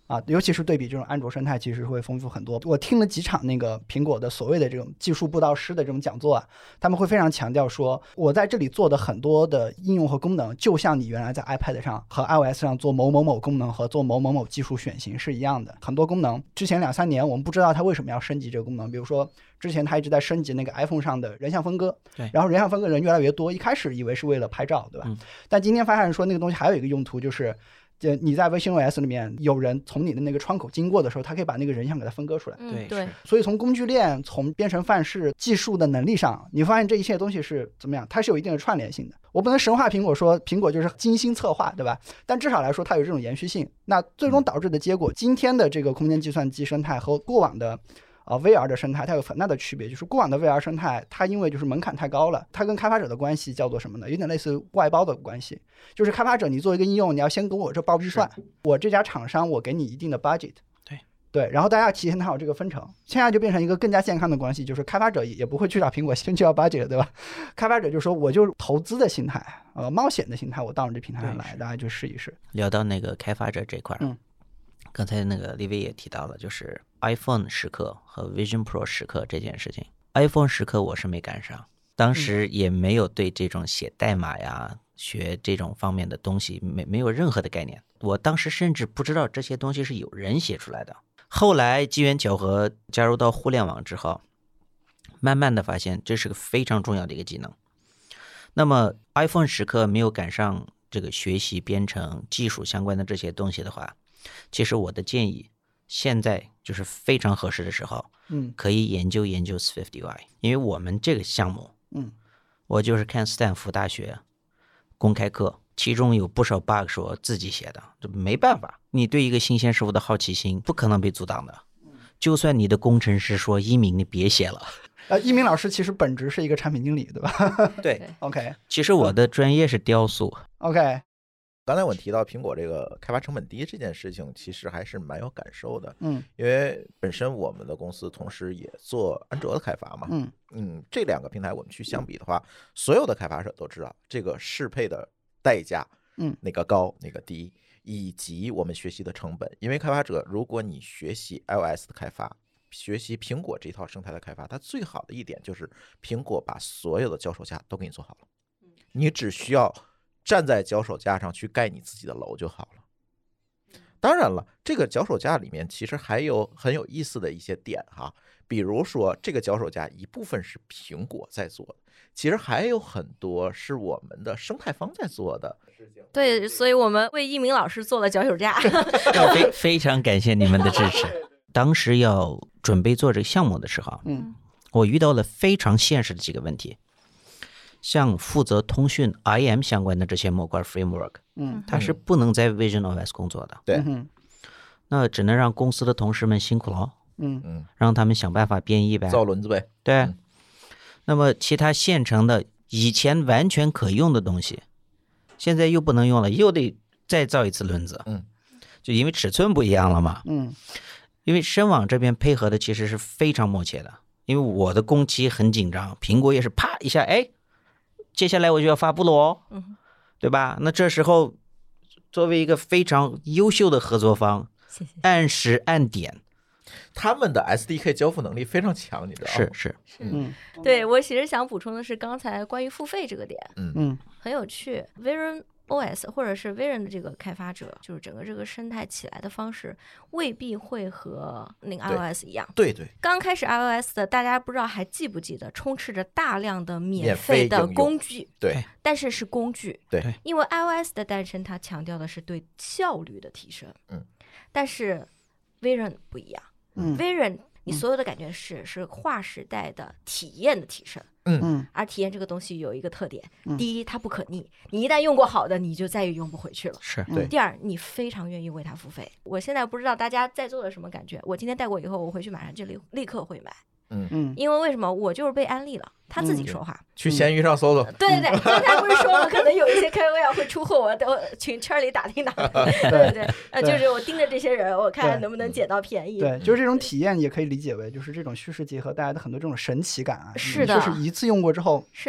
啊，尤其是对比这种安卓生态，其实会丰富很多。我听了几场那个苹果的所谓的这种技术布道师的这种讲座啊，他们会非常强调说，我在这里做的很多的应用和功能，就像你原来在 iPad 上和 iOS 上做某某某功能和做某某某技术选型是一样的。很多功能之前两三年我们不知道它为什么要升级这个功能，比如说之前它一直在升级那个 iPhone 上的人像分割， 对， 然后人像分割人越来越多，一开始以为是为了拍照，对吧？ 嗯、 但今天发现说那个东西还有一个用途，就是就你在微信 O S 里面有人从你的那个窗口经过的时候，他可以把那个人像给它分割出来。 嗯、 对对， 所以从工具链、从编程范式、技术的能力上，你发现这一切东西是怎么样？它是有一定的串联性的。我不能神话苹果说苹果就是精心策划，对吧？但至少来说它有这种延续性。那最终导致的结果，今天的这个空间计算机生态和过往的啊、呃、V R 的生态它有很大的区别，就是过往的 V R 生态它因为就是门槛太高了，它跟开发者的关系叫做什么呢？有点类似外包的关系，就是开发者你做一个应用，你要先给我这包预算，我这家厂商我给你一定的 budget， 对对，然后大家提前谈好这个分成，现在就变成一个更加健康的关系，就是开发者也不会去找苹果先去要 budget， 对吧？开发者就说我就投资的心态，呃，冒险的心态，我到你这平台上来，大家就试一试。 聊到那个开发者这块， 嗯， 刚才那个李伟也提到了，就是 iPhone 时刻和 Vision Pro 时刻这件事情。iPhone 时刻我是没赶上，当时也没有对这种写代码呀、学这种方面的东西没没有任何的概念。我当时甚至不知道这些东西是有人写出来的。后来机缘巧合加入到互联网之后，慢慢的发现这是个非常重要的一个技能。那么 iPhone 时刻没有赶上这个学习编程技术相关的这些东西的话，其实我的建议现在就是非常合适的时候， 嗯， 可以研究研究 SwiftUI， 因为我们这个项目， 嗯， 我就是看斯坦福大学公开课，其中有不少 bug 是我自己写的，这没办法，你对一个新鲜事物的好奇心不可能被阻挡的，就算你的工程师说一鸣你别写了。 呃，一鸣老师其实本质是一个产品经理，对吧？ 对 ，OK， 其实我的专业是雕塑。 OK， 刚才我提到苹果这个开发成本低这件事情，其实还是蛮有感受的。 嗯， 因为本身我们的公司同时也做安卓的开发嘛。 嗯嗯，这两个平台我们去相比的话，所有的开发者都知道这个适配的代价， 嗯， 哪个高哪个低，以及我们学习的成本。因为开发者，如果你学习 iOS 的开发，学习苹果这套生态的开发，它最好的一点就是苹果把所有的脚手架都给你做好了，你只需要站在脚手架上去盖你自己的楼就好了。当然了，这个脚手架里面其实还有很有意思的一些点哈，比如说这个脚手架一部分是苹果在做的，其实还有很多是我们的生态方在做的。 对，所以我们为一鸣老师做了脚手架。 非非常感谢你们的支持。当时要准备做这个项目的时候， 嗯， 我遇到了非常现实的几个问题。像负责通讯 I M 相关的这些模块 framework， 嗯， 它是不能在 Vision O S 工作的。 对， 嗯那只能让公司的同事们辛苦了， 嗯嗯， 让他们想办法编译呗。 造轮子呗。 对、 嗯， 那么其他现成的以前完全可用的东西，现在又不能用了，又得再造一次轮子。 嗯， 就因为尺寸不一样了嘛。 嗯， 因为深网这边配合的其实是非常默契的，因为我的工期很紧张，苹果也是啪一下，哎，接下来我就要发布了哦， 嗯， 对吧？那这时候作为一个非常优秀的合作方， 谢谢。 按时按点， 他们的 S D K 交付能力非常强，你知道吗？ 是是， 嗯， 对，我其实想补充的是刚才关于付费这个点， 嗯嗯很有趣。Vision O S 或者是 Vision 的这个开发者，就是整个这个生态起来的方式未必会和那个 iOS 一样。 对对， 刚开始 iOS 的大家不知道还记不记得，充斥着大量的免免费的费应用工具， 对但是是工具。 对， 因为 iOS 的诞生，它强调的是对效率的提升。 嗯， 但是 Vision 不一样。 嗯 Vision 你所有的感觉是是划时代的体验的提升。 嗯而体验这个东西有一个特点， 嗯第一，它不可逆，你一旦用过好的，你就再也用不回去了。 是对第二，你非常愿意为它付费。我现在不知道大家在座的什么感觉，我今天带过以后，我回去马上就立立刻会买， 嗯因为为什么？我就是被安利了，他自己说话。 去闲鱼上搜搜。 对对对，刚才不是说了，可能有一些 K O L 会出货，我都群圈里打听打听。对对对，呃，就是我盯着这些人，我看能不能捡到便宜。 对，就是这种体验也可以理解为，就是这种虚实结合带来的很多这种神奇感啊。 是的就是一次用过之后， 是的。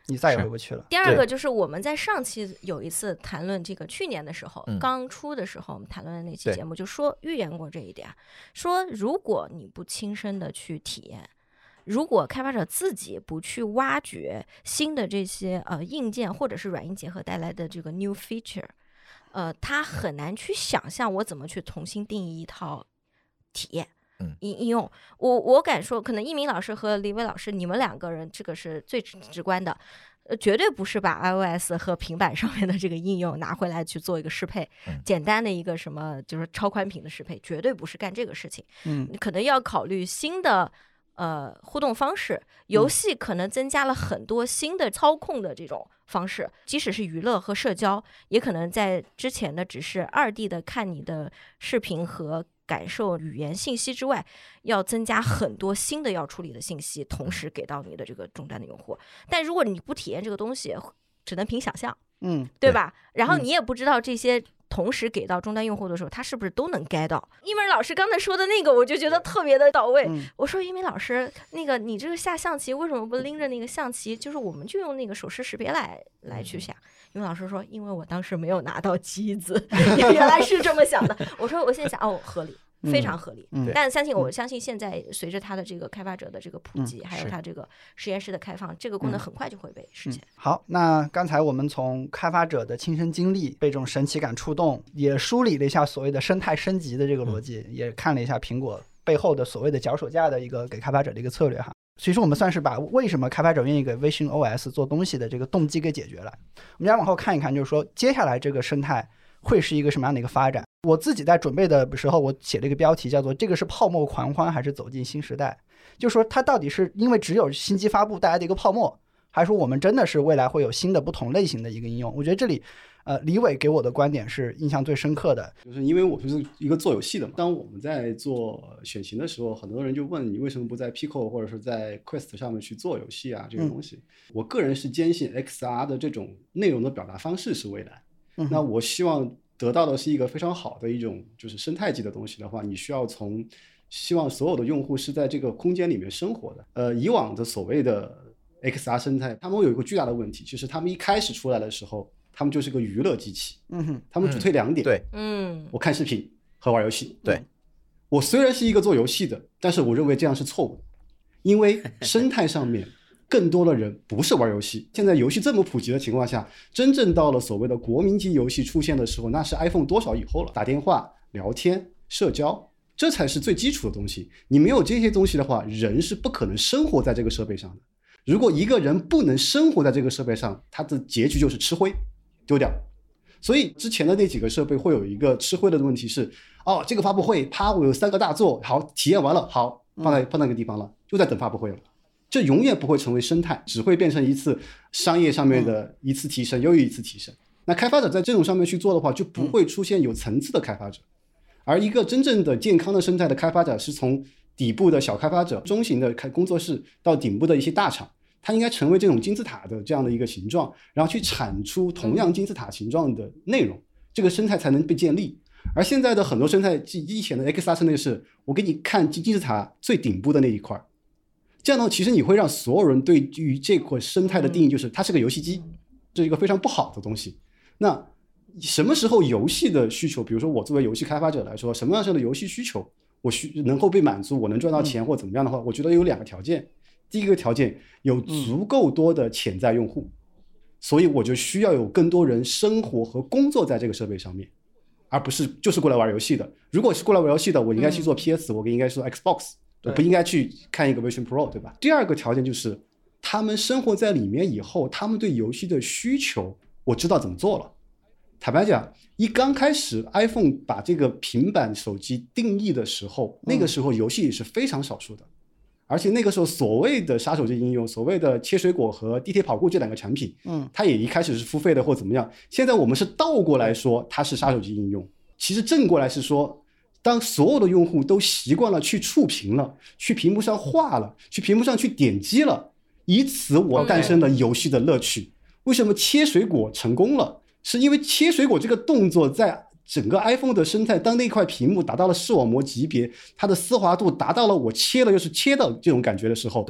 你再也回不去了。 第二个就是我们在上期有一次谈论这个，去年的时候、嗯、刚出的时候我们谈论的那期节目就说预言过这一点，说如果你不亲身的去体验，如果开发者自己不去挖掘新的这些呃硬件或者是软硬结合带来的这个 new feature， 呃，他很难去想象我怎么去重新定义一套体验。嗯，应用我我敢说，可能一鸣老师和李伟老师，你们两个人这个是最直观的，呃，绝对不是把 iOS 和平板上面的这个应用拿回来去做一个适配，嗯、简单的一个什么就是超宽屏的适配，绝对不是干这个事情。嗯，你可能要考虑新的呃互动方式，游戏可能增加了很多新的操控的这种方式，即使是娱乐和社交，也可能在之前的只是二 D 的看你的视频和感受语言信息之外，要增加很多新的要处理的信息，同时给到你的这个终端的用户。但如果你不体验这个东西，只能凭想象， 嗯， 对吧？对，然后你也不知道这些同时给到终端用户的时候，他是不是都能 get 到。一鸣老师刚才说的那个，我就觉得特别的到位。嗯、我说一鸣老师，那个你这个下象棋为什么不拎着那个象棋？就是我们就用那个手势识别来来去下。因为老师说，因为我当时没有拿到机子，原来是这么想的。我说我现在想，哦，合理。非常合理，嗯、但相信我相信现在随着它的这个开发者的这个普及，嗯、还有它这个实验室的开放，这个功能很快就会被实现。 嗯、好，那刚才我们从开发者的亲身经历被这种神奇感触动，也梳理了一下所谓的生态升级的这个逻辑，嗯、也看了一下苹果背后的所谓的脚手架的一个给开发者的一个策略哈。其实我们算是把为什么开发者愿意给 visionOS 做东西的这个动机给解决了。我们再往后看一看，就是说接下来这个生态会是一个什么样的一个发展。我自己在准备的时候，我写了一个标题叫做这个是泡沫狂欢还是走进新时代，就是说它到底是因为只有新机发布带来的一个泡沫，还是说我们真的是未来会有新的不同类型的一个应用。我觉得这里呃，李伟给我的观点是印象最深刻的， 就是因为我就是一个做游戏的嘛，当我们在做选型的时候，很多人就问你为什么不在 Pico 或者是在 Quest 上面去做游戏啊这个东西。嗯、我个人是坚信 X R 的这种内容的表达方式是未来，嗯、那我希望得到的是一个非常好的一种就是生态级的东西的话，你需要从希望所有的用户是在这个空间里面生活的。呃，以往的所谓的 X R 生态，他们有一个巨大的问题，就是他们一开始出来的时候，他们就是个娱乐机器。嗯哼，他们主推两点。 对， 嗯， 我看视频和玩游戏。 对， 我虽然是一个做游戏的，但是我认为这样是错误的，因为生态上面更多的人不是玩游戏。现在游戏这么普及的情况下，真正到了所谓的国民级游戏出现的时候，那是 iPhone 多少以后了。打电话、聊天、社交，这才是最基础的东西。你没有这些东西的话，人是不可能生活在这个设备上的。如果一个人不能生活在这个设备上，他的结局就是吃灰，丢掉。所以之前的那几个设备会有一个吃灰的问题是，哦，这个发布会，啪，我有三个大作，好，体验完了，好，放在放那个地方了，就在等发布会了。这永远不会成为生态，只会变成一次商业上面的一次提升，又一次提升。那开发者在这种上面去做的话，就不会出现有层次的开发者。而一个真正的健康的生态的开发者，是从底部的小开发者、中型的开工作室到顶部的一些大厂，它应该成为这种金字塔的这样的一个形状，然后去产出同样金字塔形状的内容，这个生态才能被建立。而现在的很多生态，以前的 X R 生态是我给你看金字塔最顶部的那一块，这样呢，其实你会让所有人对于这块生态的定义就是它是个游戏机，这是一个非常不好的东西。那什么时候游戏的需求，比如说我作为游戏开发者来说，什么样的游戏需求我需能够被满足，我能赚到钱或怎么样的话，我觉得有两个条件。第一个条件，有足够多的潜在用户，所以我就需要有更多人生活和工作在这个设备上面，而不是就是过来玩游戏的。如果是过来玩游戏的，我应该去做 P S， 我应该去做 Xbox，我不应该去看一个 Vision Pro， 对吧？第二个条件就是他们生活在里面以后，他们对游戏的需求我知道怎么做了。坦白讲，一刚开始 iPhone 把这个平板手机定义的时候，那个时候游戏也是非常少数的，而且那个时候所谓的杀手级应用，所谓的切水果和地铁跑酷这两个产品，嗯，它也一开始是付费的或怎么样。现在我们是倒过来说它是杀手级应用，其实正过来是说，当所有的用户都习惯了去触屏了，去屏幕上画了，去屏幕上去点击了，以此我诞生了游戏的乐趣。为什么切水果成功了？是因为切水果这个动作在整个 iPhone 的生态，当那块屏幕达到了视网膜级别，它的丝滑度达到了我切了又是切的这种感觉的时候， 对，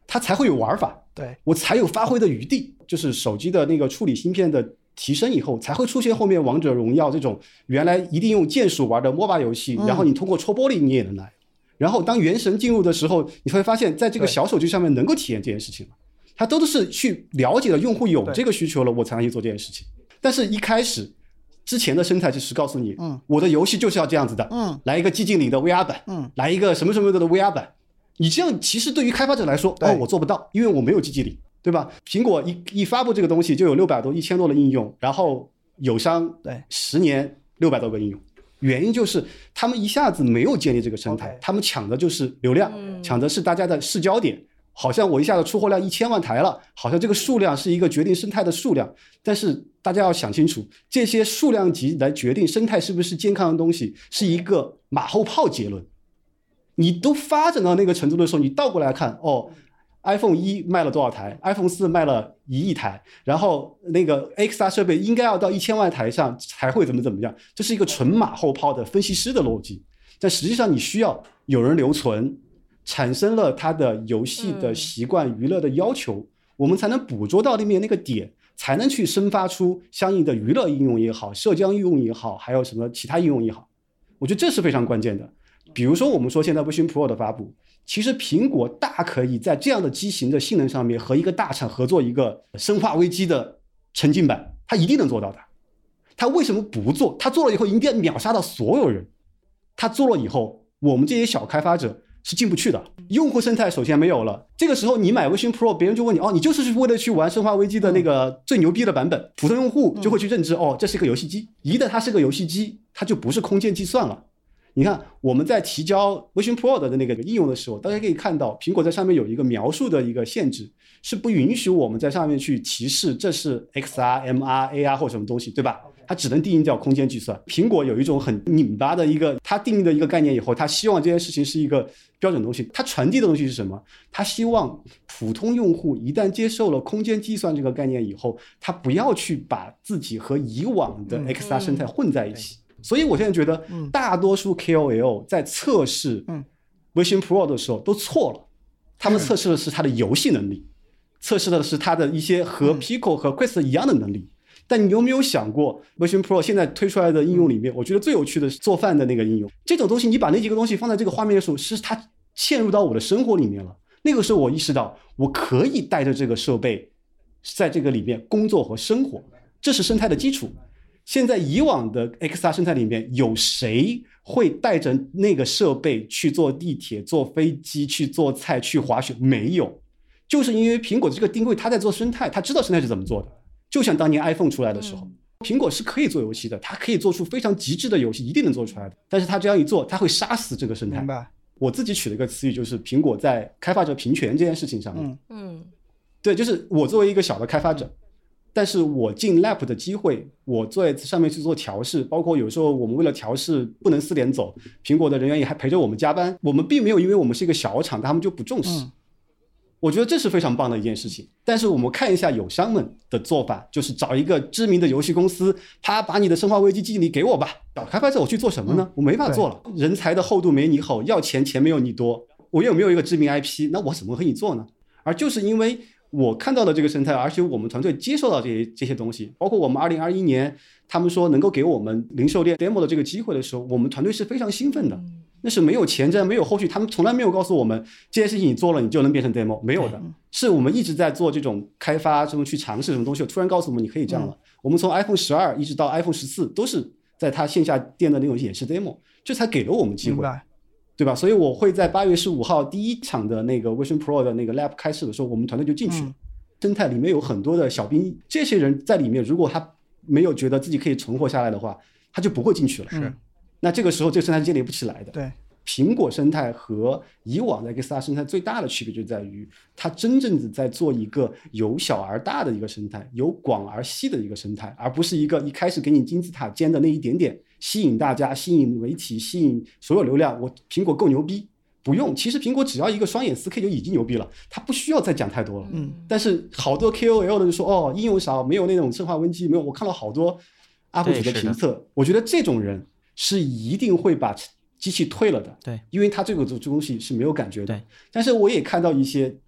它才会有玩法， 对， 我才有发挥的余地。就是手机的那个处理芯片的提升以后，才会出现后面王者荣耀这种原来一定用键鼠玩的 M O B A 游戏，然后你通过戳玻璃你也能来。然后当原神进入的时候，你会发现在这个小手机上面能够体验这件事情了。它都是去了解了用户有这个需求了，我才能去做这件事情。但是一开始之前的生态就是告诉你，嗯，我的游戏就是要这样子的，嗯，来一个寂静岭的 V R 版，嗯，来一个什么什么的 V R 版。你这样其实对于开发者来说，哦，我做不到，因为我没有寂静岭，对吧？苹果一一发布这个东西就有六百多、一千多的应用，然后友商对十年六百多个应用。原因就是他们一下子没有建立这个生态， okay. 他们抢的就是流量，嗯、抢的是大家的视焦点。好像我一下子出货量一千万台了，好像这个数量是一个决定生态的数量，但是大家要想清楚，这些数量级来决定生态是不是健康的东西，是一个马后炮结论。你都发展到那个程度的时候，你倒过来看，哦 ，iPhone 一卖了多少台 ，iPhone 四卖了一亿台，然后那个 X R 设备应该要到一千万台上才会怎么怎么样，这是一个纯马后炮的分析师的逻辑。但实际上你需要有人留存。产生了他的游戏的习惯、娱乐的要求，嗯、我们才能捕捉到里面那个点，才能去生发出相应的娱乐应用也好、社交应用也好，还有什么其他应用也好。我觉得这是非常关键的。比如说，我们说现在 Vision Pro 的发布，其实苹果大可以在这样的机型的性能上面和一个大厂合作一个《生化危机》的沉浸版，它一定能做到的。它为什么不做？它做了以后一定秒杀到所有人。它做了以后，我们这些小开发者是进不去的，用户生态首先没有了。这个时候你买 Vision Pro， 别人就问你，哦，你就是为了去玩生化危机的那个最牛逼的版本，普通用户就会去认知，哦，这是一个游戏机。一旦它是个游戏机，它就不是空间计算了。你看我们在提交 Vision Pro 的那个应用的时候，大家可以看到苹果在上面有一个描述的一个限制，是不允许我们在上面去提示这是 X R、M R、A R 或什么东西，对吧？它只能定义掉空间计算。苹果有一种很拧巴的一个，它定义的一个概念以后，它希望这件事情是一个标准东西。它传递的东西是什么？它希望普通用户一旦接受了空间计算这个概念以后，他不要去把自己和以往的 X R 生态混在一起。嗯嗯、所以我现在觉得，大多数 K O L 在测试 Vision Pro 的时候都错了，他们测试的是它的游戏能力，测试的是它的一些和 Pico 和 Quest 一样的能力。但你有没有想过 Vision Pro 现在推出来的应用里面，我觉得最有趣的是做饭的那个应用。这种东西你把那几个东西放在这个画面的时候，是它嵌入到我的生活里面了。那个时候我意识到我可以带着这个设备在这个里面工作和生活，这是生态的基础。现在以往的 X R 生态里面有谁会带着那个设备去坐地铁、坐飞机、去做菜、去滑雪？没有，就是因为苹果这个定位它在做生态，它知道生态是怎么做的。就像当年 iPhone 出来的时候，苹果是可以做游戏的，它可以做出非常极致的游戏，一定能做出来的。但是它这样一做，它会杀死这个生态。明白。我自己取了一个词语，就是苹果在开发者平权这件事情上面，嗯，对，就是我作为一个小的开发者，但是我进 lab 的机会，我在上面去做调试，包括有时候我们为了调试不能四点走，苹果的人员也还陪着我们加班，我们并没有因为我们是一个小厂，他们就不重视。嗯，我觉得这是非常棒的一件事情。但是我们看一下友商们的做法，就是找一个知名的游戏公司，他把你的生化危机记忆力给我吧，找开发者我去做什么呢？嗯、我没法做了，人才的厚度没你厚，要钱钱没有你多，我又没有一个知名 I P， 那我怎么和你做呢？而就是因为我看到了这个生态，而且我们团队接受到这些这些东西，包括我们二零二一年他们说能够给我们零售店 demo 的这个机会的时候，我们团队是非常兴奋的。那是没有前瞻，没有后续，他们从来没有告诉我们这件事情你做了你就能变成 demo， 没有的，是我们一直在做这种开发，什么去尝试什么东西，突然告诉我们你可以这样了。嗯、我们从 iPhone 十二一直到 iPhone 十四都是在它线下店的那种演示 demo， 这才给了我们机会，对吧？所以我会在八月十五号第一场的那个 Vision Pro 的那个 lab 开始的时候，我们团队就进去了。嗯、生态里面有很多的小兵役，这些人在里面，如果他没有觉得自己可以存活下来的话，他就不会进去了。是，那这个时候这个生态是建立不起来的。对。苹果生态和以往的 X R 生态最大的区别就在于，它真正的在做一个由小而大的一个生态，由广而细的一个生态，而不是一个一开始给你金字塔尖的那一点点，吸引大家、吸引媒体、吸引所有流量。我苹果够牛逼，不用。其实苹果只要一个双眼 四K 就已经牛逼了，它不需要再讲太多了。嗯。但是好多 K O L 的就说，哦，应用少，没有那种生化危机，没有。我看到好多 U P 主的评测，我觉得这种人是一定会把机器退了的，对，因为它这个东西是没有感觉的。对，但是我也看到一些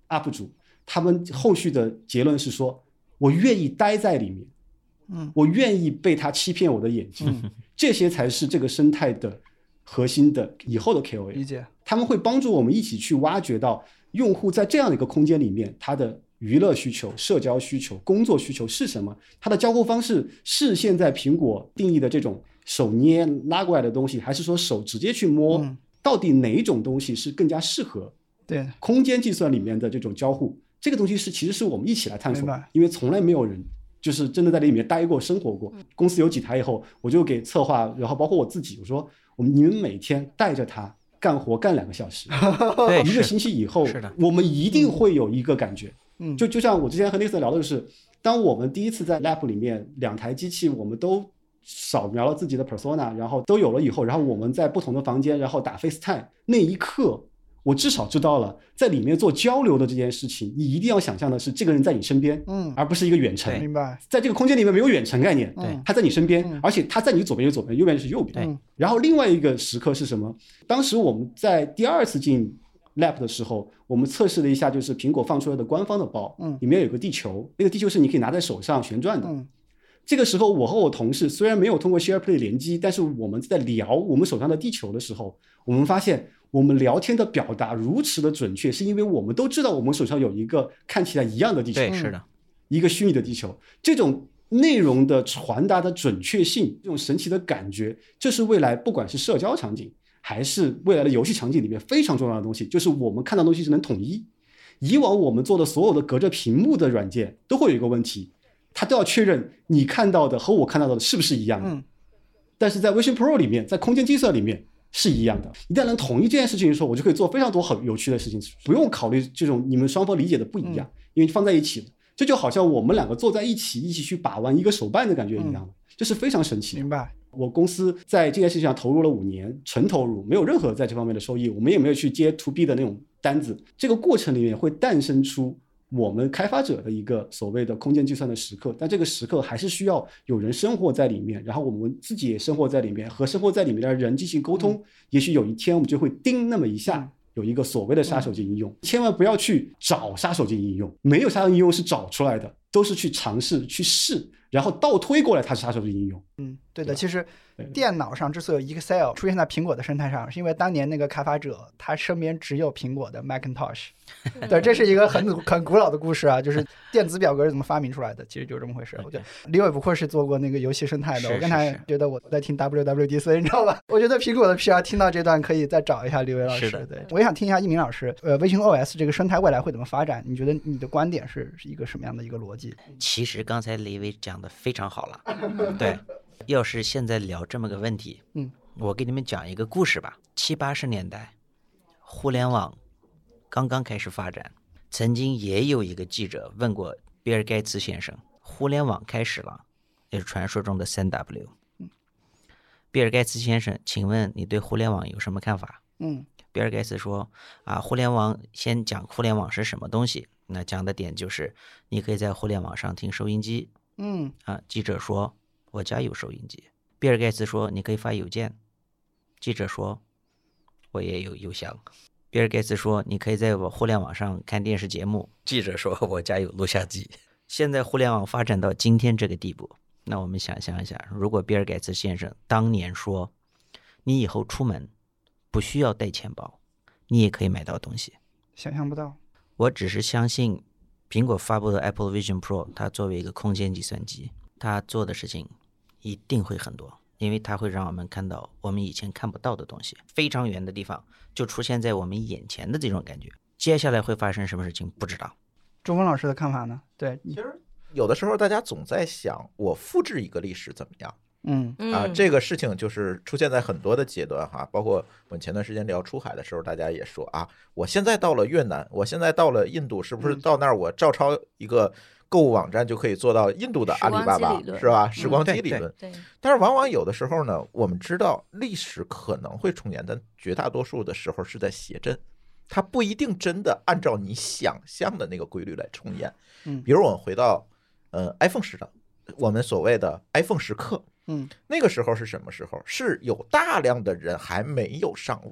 U P 主，他们后续的结论是说，我愿意待在里面，嗯，我愿意被他欺骗我的眼睛，嗯、这些才是这个生态的核心的以后的 K O L。理解， 他们会帮助我们一起去挖掘到用户在这样的一个空间里面，他的娱乐需求、社交需求、工作需求是什么？他的交互方式是现在苹果定义的这种手捏拉过来的东西，还是说手直接去摸？嗯、到底哪一种东西是更加适合对空间计算里面的这种交互？这个东西是其实是我们一起来探索，因为从来没有人就是真的在里面待过、生活过。公司有几台以后，我就给策划，然后包括我自己，我说我们你们每天带着它干活干两个小时， 对， 一个星期以后，我们一定会有一个感觉。嗯，就就像我之前和 Nathan 聊的就是，当我们第一次在 Lab 里面两台机器，我们都扫描了自己的 persona， 然后都有了以后，然后我们在不同的房间，然后打 FaceTime， 那一刻。我至少知道了，在里面做交流的这件事情，你一定要想象的是这个人在你身边，嗯，而不是一个远程。 明白， 在这个空间里面没有远程概念， 对， 他在你身边，嗯、而且他在你左边有左边，右边是右边。 对。 然后另外一个时刻是什么？当时我们在第二次进 Lab 的时候，我们测试了一下，就是苹果放出来的官方的包，嗯，里面有个地球，那个地球是你可以拿在手上旋转的。嗯。这个时候，我和我同事虽然没有通过 SharePlay 联机，但是我们在聊我们手上的地球的时候，我们发现我们聊天的表达如此的准确，是因为我们都知道我们手上有一个看起来一样的地球， 对，是的， 一个虚拟的地球。这种内容的传达的准确性，这种神奇的感觉，这是未来不管是社交场景还是未来的游戏场景里面非常重要的东西，就是我们看到的东西是能统一。以往我们做的所有的隔着屏幕的软件都会有一个问题，它都要确认你看到的和我看到的是不是一样的。嗯、但是在 Vision Pro 里面，在空间计算里面是一样的。一旦能统一这件事情的时候，我就可以做非常多很有趣的事情，不用考虑这种你们双方理解的不一样，嗯、因为放在一起了，这就好像我们两个坐在一起，一起去把玩一个手办的感觉一样，嗯、这是非常神奇的。 明白。 我公司在这件事情上投入了五年，纯投入，没有任何在这方面的收益，我们也没有去接 to B 的那种单子。这个过程里面会诞生出我们开发者的一个所谓的空间计算的时刻，但这个时刻还是需要有人生活在里面，然后我们自己也生活在里面，和生活在里面的人进行沟通。嗯、也许有一天我们就会叮那么一下，有一个所谓的杀手级应用。嗯、千万不要去找杀手级应用，没有杀手级应用是找出来的，都是去尝试去试，然后倒推过来它是杀手级应用。 嗯，对的。其实电脑上之所以有 Excel 出现在苹果的生态上，是因为当年那个开发者他身边只有苹果的 Macintosh。对，这是一个很很古老的故事啊，就是电子表格是怎么发明出来的，其实就是这么回事。我觉得李伟不愧是做过那个游戏生态的，我刚才觉得我在听 W W D C， 你知道吧？我觉得苹果的 P R 听到这段可以再找一下李伟老师。对，我也想听一下一鸣老师，呃，微信 O S 这个生态未来会怎么发展？你觉得你的观点是是一个什么样的一个逻辑？ 其实刚才李伟讲的非常好了，对。要是现在聊这么个问题，嗯，我给你们讲一个故事吧。七八十年代，互联网刚刚开始发展，曾经也有一个记者问过比尔盖茨先生：“互联网开始了，也是传说中的三 W。”嗯，比尔盖茨先生，请问你对互联网有什么看法？嗯，比尔盖茨说：“啊，互联网先讲互联网是什么东西。那讲的点就是你可以在互联网上听收音机。”嗯，啊，记者说。我家有收音机。比尔盖茨说你可以发邮件。记者说我也有邮箱。比尔盖茨说你可以在互联网上看电视节目。记者说我家有录像机。现在互联网发展到今天这个地步，那我们想象一下，如果比尔盖茨先生当年说你以后出门不需要带钱包，你也可以买到东西， 想象不到。 我只是相信苹果发布的 Apple Vision Pro， 它作为一个空间计算机，它做的事情一定会很多，因为它会让我们看到我们以前看不到的东西，非常远的地方就出现在我们眼前的这种感觉。接下来会发生什么事情不知道。 周峰老师的看法呢？对， 其实有的时候大家总在想我复制一个历史怎么样。 嗯啊，这个事情就是出现在很多的阶段哈，包括我们前段时间聊出海的时候，大家也说啊，我现在到了越南，我现在到了印度，是不是到那儿我照抄一个购物网站就可以做到印度的阿里巴巴，是吧？时光机理论。 对。 但是往往有的时候呢，我们知道历史可能会重演，但绝大多数的时候是在写真，它不一定真的按照你想象的那个规律来重演。嗯。比如我们回到呃 iPhone 时代，我们所谓的 iPhone 时刻。嗯，那个时候是什么时候？是有大量的人还没有上网，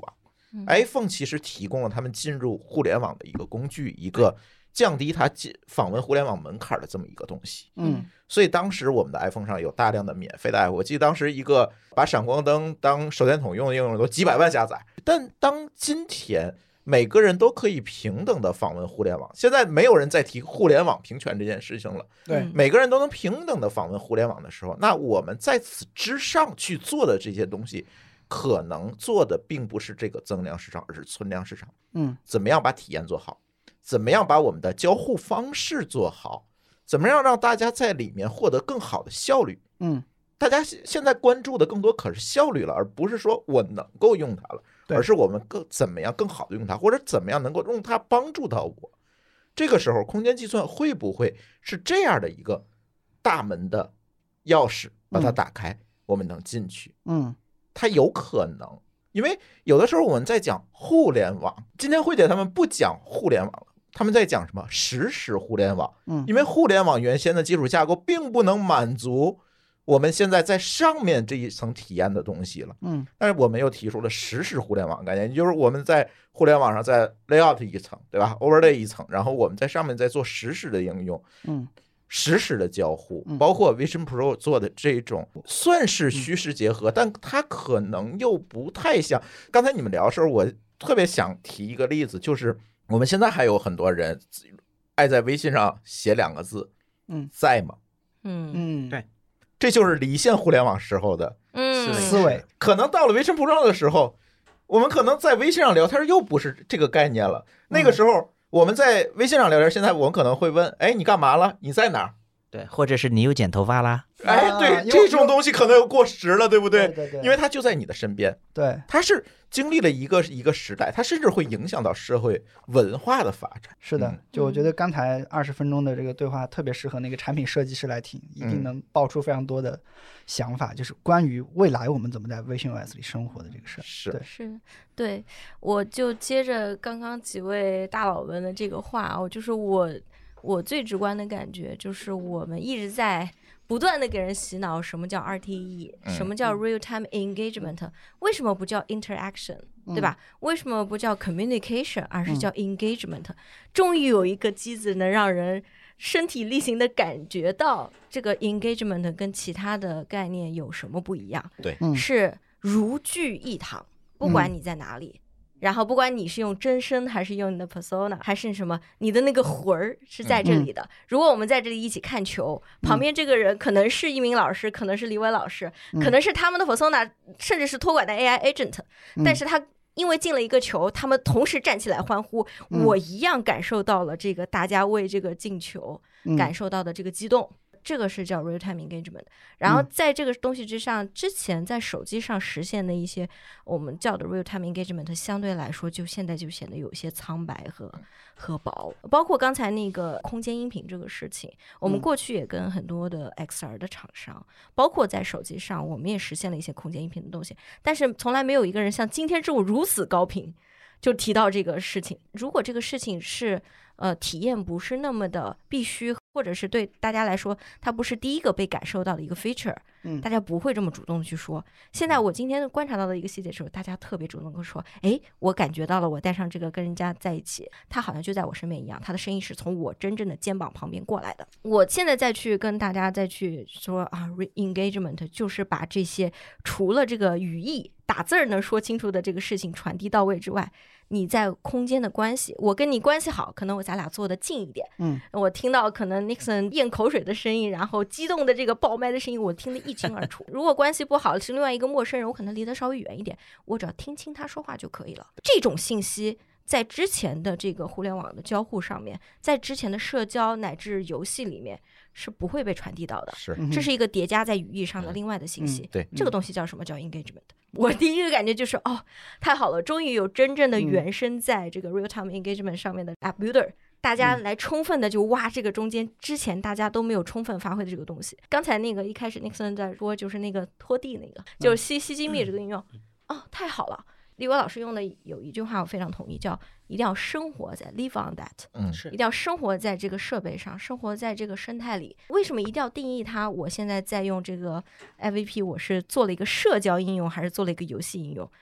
iPhone 其实提供了他们进入互联网的一个工具，一个降低它访问互联网门槛的这么一个东西。 嗯， 所以当时我们的 iPhone 上有大量的免费的 app， 我记得当时一个把闪光灯当手电筒用的应用都几百万下载。但当今天每个人都可以平等的访问互联网，现在没有人再提互联网平权这件事情了。 对， 每个人都能平等的访问互联网的时候，那我们在此之上去做的这些东西，可能做的并不是这个增量市场，而是存量市场。 嗯， 怎么样把体验做好？怎么样把我们的交互方式做好？怎么样让大家在里面获得更好的效率？ 嗯， 大家现在关注的更多可是效率了，而不是说我能够用它了。而是我们更怎么样更好的用它，或者怎么样能够用它帮助到我。这个时候空间计算会不会是这样的一个大门的钥匙，把它打开，嗯、我们能进去？ 嗯， 它有可能，因为有的时候我们在讲互联网，今天慧姐他们不讲互联网了，他们在讲什么实时互联网。 嗯， 因为互联网原先的基础架构并不能满足我们现在在上面这一层体验的东西了。 嗯， 但是我们又提出了实时互联网概念，也就是我们在互联网上再 layout 一层，对吧 overlay 一层，然后我们在上面再做实时的应用， 嗯， 实时的交互，包括 Vision Pro 做的这种算是虚实结合，但它可能又不太像。刚才你们聊的时候，我特别想提一个例子，就是我们现在还有很多人爱在微信上写两个字， 嗯， 在吗？ 嗯嗯， 对。 这就是离线互联网时候的思维， 可能到了微信 Pro 的时候，我们可能在微信上聊天又不是这个概念了。那个时候我们在微信上聊天，现在我们可能会问：哎，你干嘛了？你在哪儿？ 对，或者是你又剪头发啦？ 哎，对，这种东西可能又过时了，对不对？ 对对对， 因为它就在你的身边。 对， 它是经历了一个一个时代，它甚至会影响到社会文化的发展。 是的，就我觉得刚才二十分钟的这个对话特别适合那个产品设计师来听，一定能爆出非常多的想法，就是关于未来我们怎么在微信 O S 里生活的这个事儿。 是对， 是，对，我就接着刚刚几位大佬们的这个话啊，就是我我最直观的感觉就是我们一直在不断的给人洗脑什么叫 R T E， 什么叫 real time engagement， 为什么不叫 interaction， 对吧？为什么不叫 communication， 而是叫 engagement？ 终于有一个机子能让人身体力行的感觉到这个 engagement 跟其他的概念有什么不一样。 对， 是如聚一堂，不管你在哪里。然后不管你是用真身还是用你的 persona 还是什么，你的那个魂儿是在这里的、嗯、如果我们在这里一起看球、嗯、旁边这个人可能是一鸣老师，可能是李伟老师、嗯、可能是他们的 persona， 甚至是托管的 A I agent、嗯、但是他因为进了一个球，他们同时站起来欢呼、嗯、我一样感受到了这个大家为这个进球、嗯、感受到的这个激动，这个是叫 real time engagement。 然后在这个东西之上，之前在手机上实现的一些我们叫的 real time engagement 相对来说就现在就显得有些苍白和和薄。包括刚才那个空间音频这个事情，我们过去也跟很多的 X R 的厂商、嗯、包括在手机上我们也实现了一些空间音频的东西，但是从来没有一个人像今天之舞如此高频就提到这个事情。如果这个事情是呃，体验不是那么的必须，或者是对大家来说它不是第一个被感受到的一个 feature、嗯、大家不会这么主动的去说。现在我今天观察到的一个细节时候，大家特别主动的说，诶，我感觉到了，我带上这个跟人家在一起，他好像就在我身边一样，他的声音是从我真正的肩膀旁边过来的。我现在再去跟大家再去说啊 re-engagement 就是把这些除了这个语义打字能说清楚的这个事情传递到位之外，你在空间的关系，我跟你关系好，可能我咱俩坐得近一点，嗯，我听到可能 Nixon 咽口水的声音，然后激动的这个爆麦的声音，我听得一清二楚。如果关系不好，是另外一个陌生人，我可能离得稍微远一点，我只要听清他说话就可以了。这种信息在之前的这个互联网的交互上面，在之前的社交乃至游戏里面是不会被传递到的， 是， 这是一个叠加在语义上的另外的信息、 嗯、对， 这个东西叫什么？叫 engagement。 我第一个感觉就是哦，太好了，终于有真正的原生在这个 real time engagement 上面的 app builder、嗯、大家来充分的就挖这个中间之前大家都没有充分发挥的这个东西。刚才那个一开始 Nixon 在说就是那个拖地那个，就是吸吸精密这个应用、嗯、哦，太好了。李伟老师用的有一句话我非常同意，叫一定要生活在 live on that， 嗯， 是一定要生活在这个设备上，生活在这个生态里。为什么一定要定义它？我现在在用这个 M V P， 我是做了一个社交应用还是做了一个游戏应用？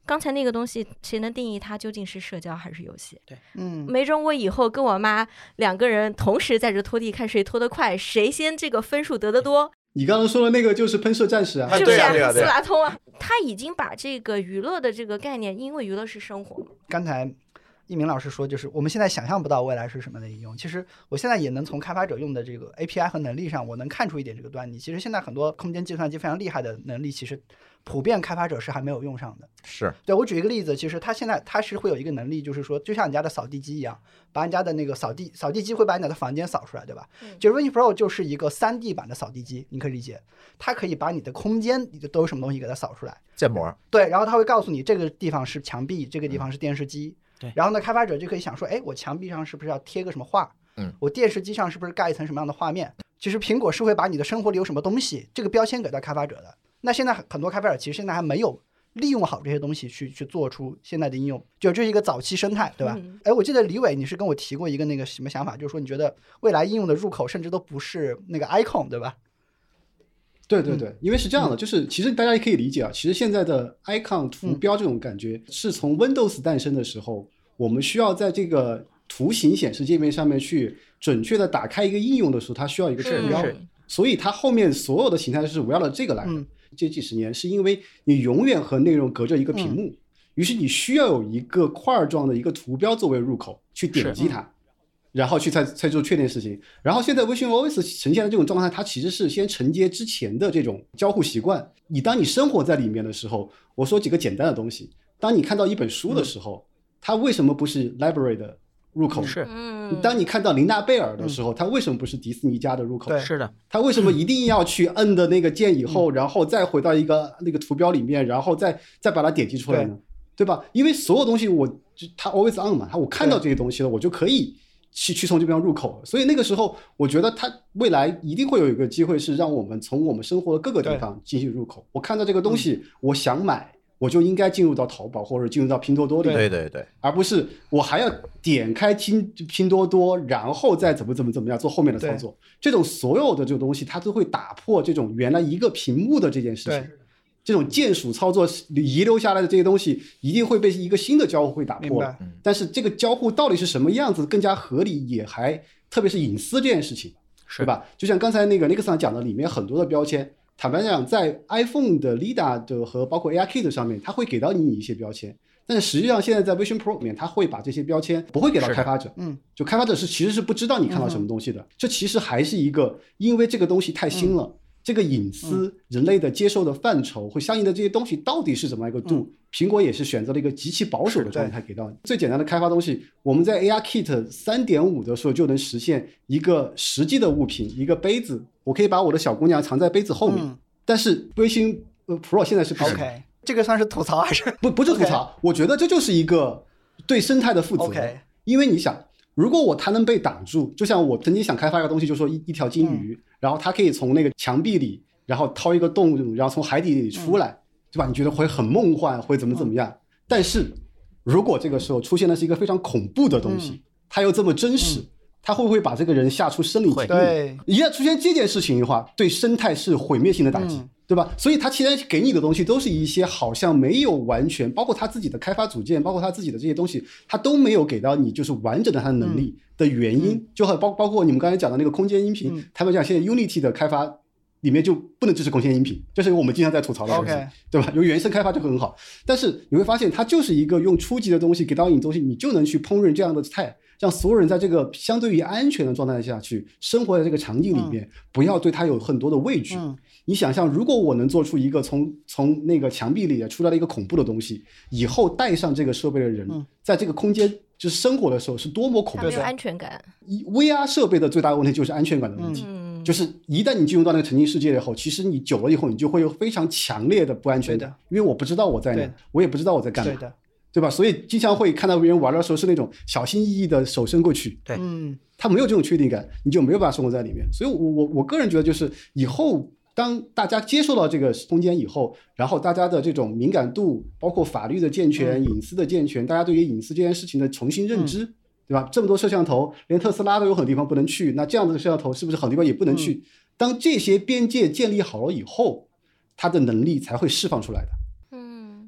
刚才那个东西谁能定义它究竟是社交还是游戏？ 对， 嗯， 没准我以后跟我妈两个人同时在这拖地，看谁拖得快，谁先这个分数得得多。 你刚刚说的那个就是喷射战士啊， 是不是、 对啊对啊对啊斯拉通啊？他已经把这个娱乐的这个概念，因为娱乐是生活。 刚才一鸣老师说，就是我们现在想象不到未来是什么的应用。其实我现在也能从开发者用的这个 A P I 和能力上，我能看出一点这个端倪。其实现在很多空间计算机非常厉害的能力，其实普遍开发者是还没有用上的。 是， 对，我举一个例子，其实它现在它是会有一个能力，就是说，就像你家的扫地机一样，把你家的那个扫地扫地机会把你家的房间扫出来，对吧？ 嗯、 就是 Vision Pro 就是一个 三 D 版的扫地机，你可以理解，它可以把你的空间都有什么东西给它扫出来， 建模。 对，然后它会告诉你这个地方是墙壁，这个地方是电视机。 嗯对， 然后呢，开发者就可以想说，哎，我墙壁上是不是要贴个什么画？ 嗯， 我电视机上是不是盖一层什么样的画面？其实苹果是会把你的生活里有什么东西这个标签给到开发者的。那现在很多开发者其实现在还没有利用好这些东西去去做出现在的应用，就这是一个早期生态，对吧？ 嗯、 哎，我记得李伟你是跟我提过一个那个什么想法，就是说你觉得未来应用的入口甚至都不是那个 icon， 对吧？ 对对对，因为是这样的，就是其实大家也可以理解啊，其实现在的 icon 图标这种感觉是从 Windows 诞生的时候，我们需要在这个图形显示界面上面去准确的打开一个应用的时候，它需要一个图标，所以它后面所有的形态是围绕着这个来的。 嗯、 这几十年是因为你永远和内容隔着一个屏幕，嗯、于是你需要有一个块状的一个图标作为入口去点击它。然后去才才做确定事情，然后现在 visionOS 呈现的这种状态，它其实是先承接之前的这种交互习惯。你当你生活在里面的时候，我说几个简单的东西。当你看到一本书的时候，嗯、它为什么不是 library 的入口？ 是。 当你看到琳娜贝尔的时候，嗯、它为什么不是迪士尼家的入口？ 对， 是的。 它为什么一定要去摁的那个键以后，嗯、然后再回到一个那个图标里面，然后再再把它点击出来呢？对, 对吧？因为所有东西我它 always on 嘛，它我看到这些东西了，我就可以。去去从这边入口，所以那个时候我觉得它未来一定会有一个机会是让我们从我们生活的各个地方进行入口。我看到这个东西，我想买，我就应该进入到淘宝或者进入到拼多多里面， 对对对， 而不是我还要点开拼拼多多，然后再怎么怎么怎么样做后面的操作。这种所有的这个东西，它都会打破这种原来一个屏幕的这件事情。这种键鼠操作遗留下来的这些东西一定会被一个新的交互会打破了，但是这个交互到底是什么样子更加合理，也还特别是隐私这件事情，对吧？就像刚才那个 Nixon 讲的，里面很多的标签，坦白讲在 iPhone 的 L I D A 的和包括 ARKit 上面，它会给到你一些标签，但是实际上现在在 Vision Pro 里面，它会把这些标签不会给到开发者，嗯，就开发者是其实是不知道你看到什么东西的，嗯、这其实还是一个因为这个东西太新了。嗯，这个隐私、人类的接受的范畴会相应的这些东西到底是怎么一个度、嗯、苹果也是选择了一个极其保守的状态给到你。最简单的开发东西，我们在 ARKit 三点五 的时候就能实现一个实际的物品，一个杯子，我可以把我的小姑娘藏在杯子后面、嗯、但是微星 Pro 现在是不行。 OK， 这个算是吐槽还是不不是吐槽、okay. 我觉得这就是一个对生态的负责、okay. 因为你想，如果我它能被挡住，就像我曾经想开发一个东西，就说 一, 一条金鱼、嗯，然后它可以从那个墙壁里，然后掏一个洞，然后从海底里出来、嗯、对吧？你觉得会很梦幻，会怎么怎么样、嗯、但是如果这个时候出现的是一个非常恐怖的东西、嗯、它又这么真实、嗯、它会不会把这个人吓出生理疾病？ 对， 一旦出现这件事情的话，对生态是毁灭性的打击、嗯、对吧？所以它其实给你的东西都是一些好像没有完全，包括他自己的开发组件，包括他自己的这些东西，他都没有给到你就是完整的他的能力的原因、嗯、就很包包括你们刚才讲的那个空间音频、嗯、他们讲现在 Unity 的开发里面就不能支持空间音频，这是我们经常在吐槽的东西、okay. 对吧？由原生开发就很好，但是你会发现它就是一个用初级的东西给到你的东西，你就能去烹饪这样的菜，让所有人在这个相对于安全的状态下去生活在这个场景里面、嗯、不要对它有很多的畏惧、嗯、你想象如果我能做出一个从从那个墙壁里出来的一个恐怖的东西，以后带上这个设备的人、嗯、在这个空间就是生活的时候是多么恐怖的， 没有安全感。 V R 设备的最大的问题就是安全感的问题、嗯、就是一旦你进入到那个沉浸世界以后，其实你久了以后你就会有非常强烈的不安全感，因为我不知道我在哪，我也不知道我在干嘛，对的，对吧？所以经常会看到别人玩的时候是那种小心翼翼的手伸过去， 对， 嗯，他没有这种确定感，你就没有办法生活在里面。所以我我我个人觉得就是以后当大家接受到这个空间以后，然后大家的这种敏感度，包括法律的健全、嗯、隐私的健全，大家对于隐私这件事情的重新认知、嗯、对吧？这么多摄像头，连特斯拉都有很多地方不能去，那这样的摄像头是不是很多地方也不能去、嗯、当这些边界建立好了以后，它的能力才会释放出来的。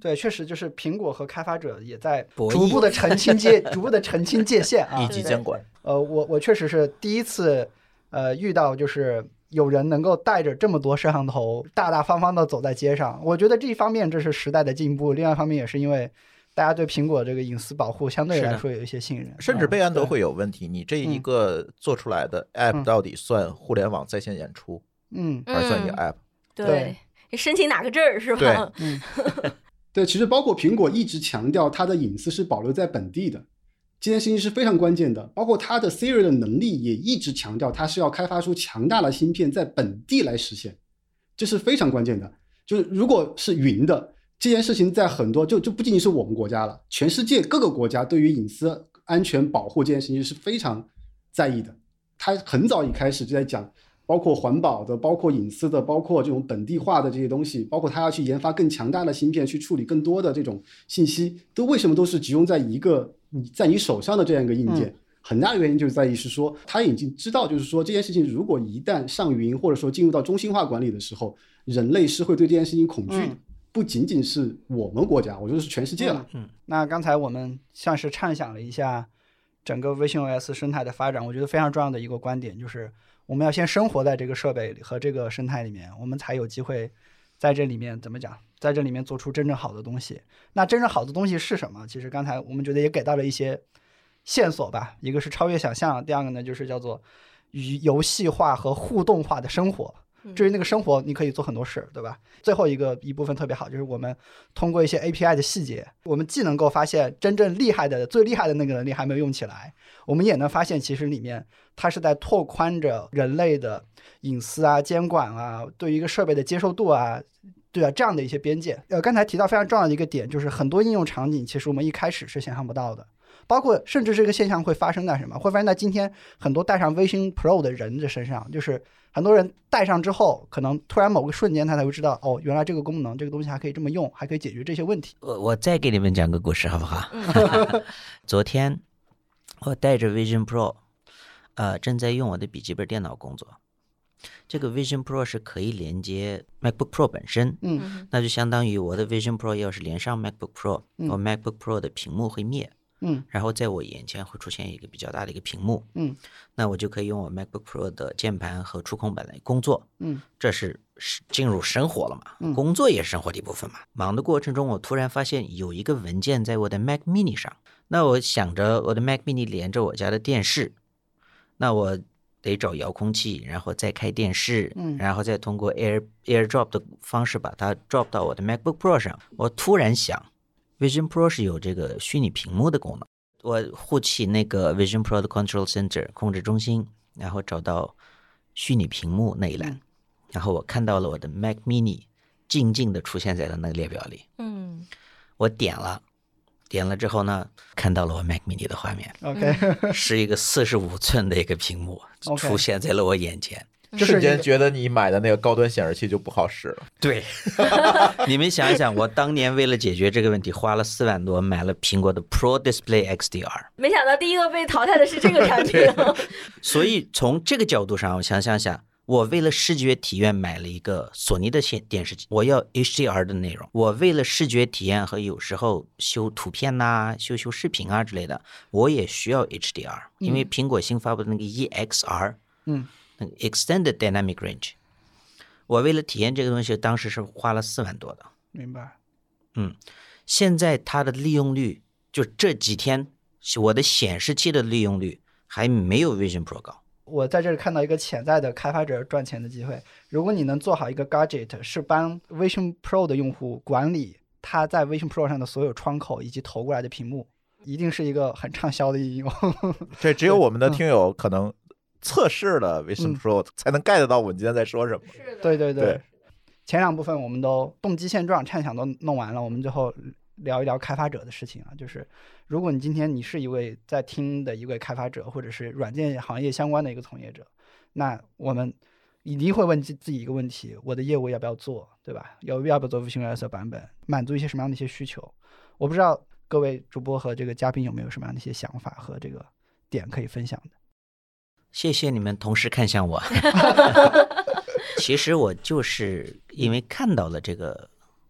对，确实就是苹果和开发者也在逐步的澄清界，逐步的澄清界限啊， 一级监管。 呃，我我确实是第一次呃遇到就是有人能够带着这么多摄像头大大方方的走在街上，我觉得这一方面这是时代的进步，另外一方面也是因为大家对苹果这个隐私保护相对来说有一些信任， 甚至备案都会有问题。你这一个做出来的 app 到底算互联网在线演出， 嗯， 还是算一个 app？、 嗯、对，申请哪个证儿是吧？ 对， 嗯， 对，其实包括苹果一直强调它的隐私是保留在本地的，这件事情是非常关键的。包括它的 Siri 的能力也一直强调它是要开发出强大的芯片在本地来实现，这是非常关键的。就是如果是云的这件事情，在很多就就不仅仅是我们国家了，全世界各个国家对于隐私安全保护这件事情是非常在意的。它很早一开始就在讲包括环保的，包括隐私的，包括这种本地化的这些东西，包括它要去研发更强大的芯片去处理更多的这种信息，都为什么都是集中在一个在你手上的这样一个硬件、嗯、很大的原因就是在于是说他已经知道，就是说这件事情如果一旦上云或者说进入到中心化管理的时候，人类是会对这件事情恐惧的、嗯、不仅仅是我们国家，我觉得是全世界了。 嗯，那刚才我们像是畅想了一下整个 visionOS 生态的发展，我觉得非常重要的一个观点就是我们要先生活在这个设备和这个生态里面，我们才有机会在这里面怎么讲，在这里面做出真正好的东西。那真正好的东西是什么？其实刚才我们觉得也给到了一些线索吧，一个是超越想象，第二个呢就是叫做游戏化和互动化的生活。至于那个生活你可以做很多事，对吧？最后一个一部分特别好，就是我们通过一些 A P I 的细节，我们既能够发现真正厉害的最厉害的那个能力还没有用起来，我们也能发现其实里面它是在拓宽着人类的隐私啊、监管啊、对于一个设备的接受度啊，对啊，这样的一些边界。呃，刚才提到非常重要的一个点，就是很多应用场景其实我们一开始是想象不到的，包括甚至这个现象会发生在什么？会发生在今天很多戴上 Vision Pro 的人的身上，就是很多人戴上之后，可能突然某个瞬间他才会知道，哦，原来这个功能这个东西还可以这么用，还可以解决这些问题。 我我再给你们讲个故事好不好？昨天我带着 Vision Pro 呃，正在用我的笔记本电脑工作。这个 Vision Pro 是可以连接 MacBook Pro 本身， 嗯， 那就相当于我的 Vision Pro 要是连上 MacBook Pro，、 嗯、 我 MacBook Pro 的屏幕会灭， 嗯， 然后在我眼前会出现一个比较大的一个屏幕， 嗯， 那我就可以用我 MacBook Pro 的键盘和触控板来工作， 嗯， 这是进入生活了嘛， 嗯， 工作也是生活的一部分嘛。忙的过程中，我突然发现有一个文件在我的 Mac Mini 上，那我想着我的 Mac Mini 连着我家的电视，那我得找遥控器，然后再开电视， 嗯， 然后再通过 Air AirDrop 的方式把它 drop 到我的 MacBook Pro 上。我突然想 Vision Pro 是有这个虚拟屏幕的功能，我护起那个 Vision Pro 的 Control Center 控制中心，然后找到虚拟屏幕那一栏、嗯、然后我看到了我的 Mac Mini 静静的出现在了那个列表里， 嗯， 我点了点了之后呢，看到了我 Mac Mini 的画面 ，OK， 是一个四十五寸的一个屏幕、okay. 出现在了我眼前， 瞬间觉得你买的那个高端显示器就不好使了。 对，你们想一想，我当年为了解决这个问题，花了四万多买了苹果的 Pro Display X D R， 没想到第一个被淘汰的是这个产品。 所以从这个角度上，我想想想。我为了视觉体验买了一个索尼的电视机，我要 H D R 的内容。我为了视觉体验和有时候修图片啊、修修视频啊之类的，我也需要 H D R，、嗯、因为苹果新发布的那个 E X R， 嗯， 那个 Extended Dynamic Range， 我为了体验这个东西，当时是花了四万多的。 明白。 嗯，现在它的利用率，就这几天我的显示器的利用率还没有 Vision Pro 高。 我在这里看到一个潜在的开发者赚钱的机会，如果你能做好一个 gadget 是帮 Vision Pro 的用户管理他在 Vision Pro 上的所有窗口以及投过来的屏幕，一定是一个很畅销的应用。 这只有我们的听友可能测试了 Vision Pro、嗯、才能 get 到我们今天在说什么。 对对 对, 对， 前两部分我们都动机现状畅想都弄完了，我们最后聊一聊开发者的事情啊，就是如果你今天你是一位在听的一位开发者，或者是软件行业相关的一个从业者，那我们一定会问自己一个问题：我的业务要不要做，对吧？要不要做 visionOS 的版本，满足一些什么样的一些需求？我不知道各位主播和这个嘉宾有没有什么样的一些想法和这个点可以分享的。 谢谢你们同时看向我。其实我就是因为看到了这个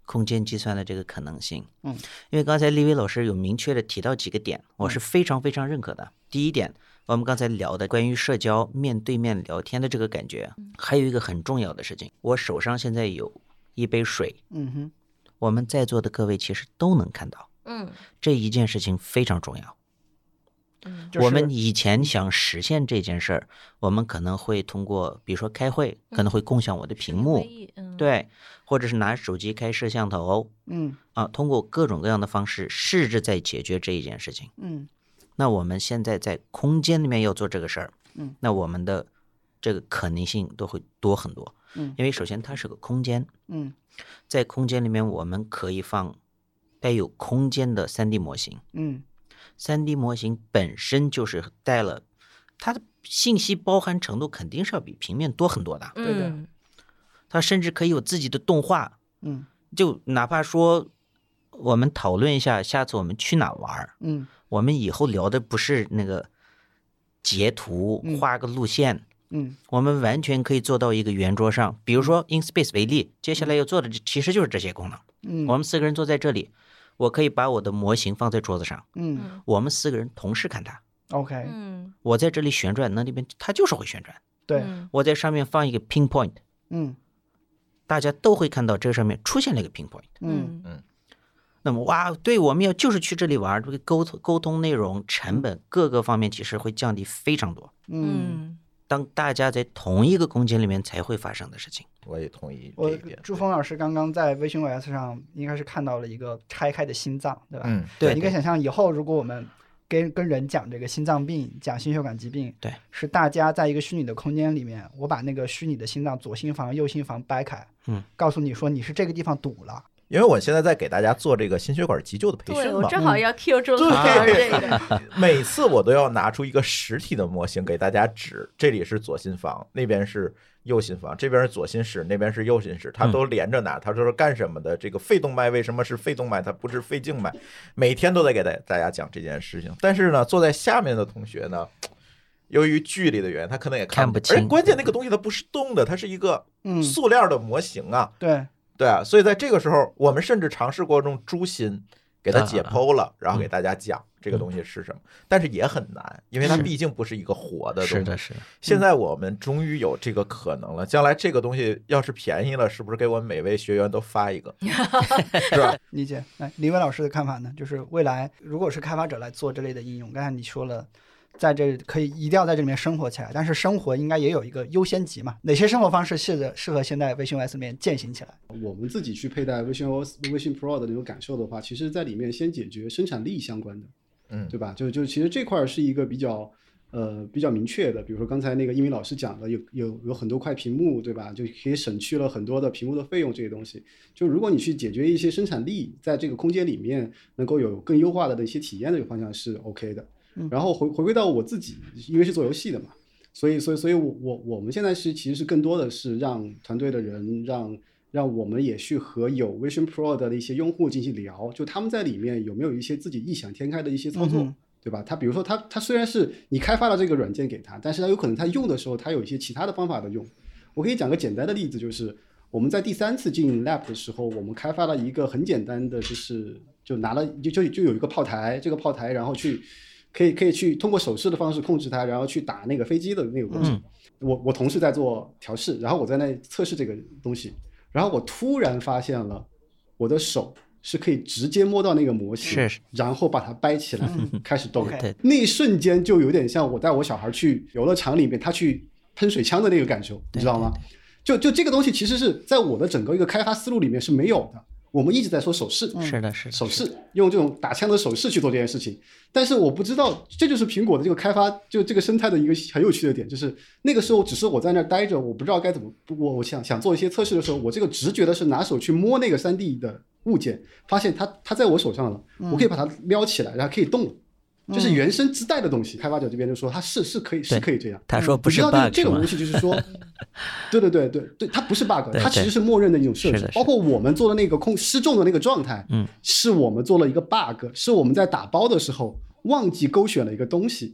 空间计算的这个可能性。 嗯， 因为刚才李伟老师有明确的提到几个点，我是非常非常认可的。第一点，我们刚才聊的关于社交面对面聊天的这个感觉，还有一个很重要的事情，我手上现在有一杯水， 嗯哼， 我们在座的各位其实都能看到， 嗯， 这一件事情非常重要。 嗯， 就是我们以前想实现这件事儿，我们可能会通过，比如说开会，可能会共享我的屏幕， 嗯， 对，或者是拿手机开摄像头， 嗯啊，通过各种各样的方式试着在解决这一件事情。 嗯那我们现在在空间里面要做这个事儿， 嗯， 那我们的这个可能性都会多很多。 嗯， 因为首先它是个空间， 嗯在空间里面我们可以放带有空间的 三 D 模型。 嗯三 D 模型本身就是带了它的信息包含程度肯定是要比平面多很多的， 对的嗯它甚至可以有自己的动画， 嗯就哪怕说我们讨论一下下次我们去哪玩， 嗯我们以后聊的不是那个截图嗯画个路线， 嗯我们完全可以做到一个圆桌上，比如说 InSpace 为例，接下来要做的其实就是这些功能。 嗯， 我们四个人坐在这里，我可以把我的模型放在桌子上， 嗯我们四个人同时看它。 OK， 嗯， 我在这里旋转，那里边它就是会旋转。 对， 嗯我在上面放一个 pinpoint， 嗯大家都会看到这上面出现了一个 pinpoint。 嗯嗯那么哇，对，我们要就是去这里玩，这个沟通沟通内容、成本各个方面其实会降低非常多。 嗯， 嗯当大家在同一个空间里面才会发生的事情。 我也同意这我一点。 朱峰老师刚刚在微信 O S 上应该是看到了一个拆开的心脏，对吧？ 嗯， 对你可以想象以后如果我们跟跟人讲这个心脏病，讲心血管疾病， 对， 是大家在一个虚拟的空间里面，我把那个虚拟的心脏左心房、右心房掰开， 嗯， 告诉你说你是这个地方堵了， 因为我现在在给大家做这个心血管急救的培对训嘛， 我正好要 Q 中对这个， 每次我都要拿出一个实体的模型给大家指，这里是左心房，那边是右心房，这边是左心室，那边是右心室，它都连着呢。它说是干什么的？这个肺动脉为什么是肺动脉，它不是肺静脉？每天都在给大大家讲这件事情。但是呢，坐在下面的同学呢，由于距离的原因，他可能也看不清。而关键那个东西它不是动的，它是一个嗯， 塑料的模型啊。 对， 对啊，所以在这个时候，我们甚至尝试过用猪心给它解剖了，然后给大家讲这个东西是什么，但是也很难，因为它毕竟不是一个活的东西。 是的，是的。 现在我们终于有这个可能了，将来这个东西要是便宜了，是不是给我们每位学员都发一个，是吧？ 理解。来，李伟老师的看法呢？就是未来如果是开发者来做这类的应用，刚才你说了，在这可以一定要在这里面生活起来，但是生活应该也有一个优先级嘛？哪些生活方式适合适合现在微信 O S 里面践行起来？ 我们自己去佩戴微信 O S、微信 Pro 的那种感受的话，其实在里面先解决生产力相关的， 嗯， 对吧？就就其实这块是一个比较呃比较明确的，比如说刚才那个英语老师讲的，有有有很多块屏幕，对吧？就可以省去了很多的屏幕的费用这些东西。就如果你去解决一些生产力，在这个空间里面能够有更优化的的一些体验的方向是 OK 的。然后回回归到我自己，因为是做游戏的嘛，所以所以所以我我我们现在是其实是更多的是让团队的人让让我们也去和有 Vision Pro 的一些用户进行聊，就他们在里面有没有一些自己异想天开的一些操作， 嗯、 对吧？他比如说他他虽然是你开发了这个软件给他，但是他有可能他用的时候他有一些其他的方法的用。我可以讲个简单的例子，就是我们在第三次进 lab 的时候，我们开发了一个很简单的，就是就拿了就就就有一个炮台，这个炮台然后去。可以可以去通过手势的方式控制它，然后去打那个飞机的那个过程。嗯、我我同事在做调试，然后我在那测试这个东西，然后我突然发现了我的手是可以直接摸到那个模型， 是然后把它掰起来，嗯、开始动。 Okay. 那一瞬间就有点像我带我小孩去游乐场里面，他去喷水枪的那个感受，你知道吗？就就这个东西其实是在我的整个一个开发思路里面是没有的。我们一直在说手势， 是的，是的， 手势，用这种打枪的手势去做这件事情。但是我不知道，这就是苹果的这个开发，就这个生态的一个很有趣的点，就是那个时候只是我在那儿待着，我不知道该怎么，我我想想做一些测试的时候，我这个直觉的是拿手去摸那个 三 D 的物件，发现它它在我手上了，我可以把它撩起来，然后可以动了。就是原生自带的东西，开发者这边就说它是是可以是可以这样。 他说不是 bug， 这, 这种东西就是说，对对对对对，它不是 bug， 它其实是默认的一种设置。包括我们做的那个空失重的那个状态， 嗯， 是我们做了一个 bug， 是我们在打包的时候忘记勾选了一个东西，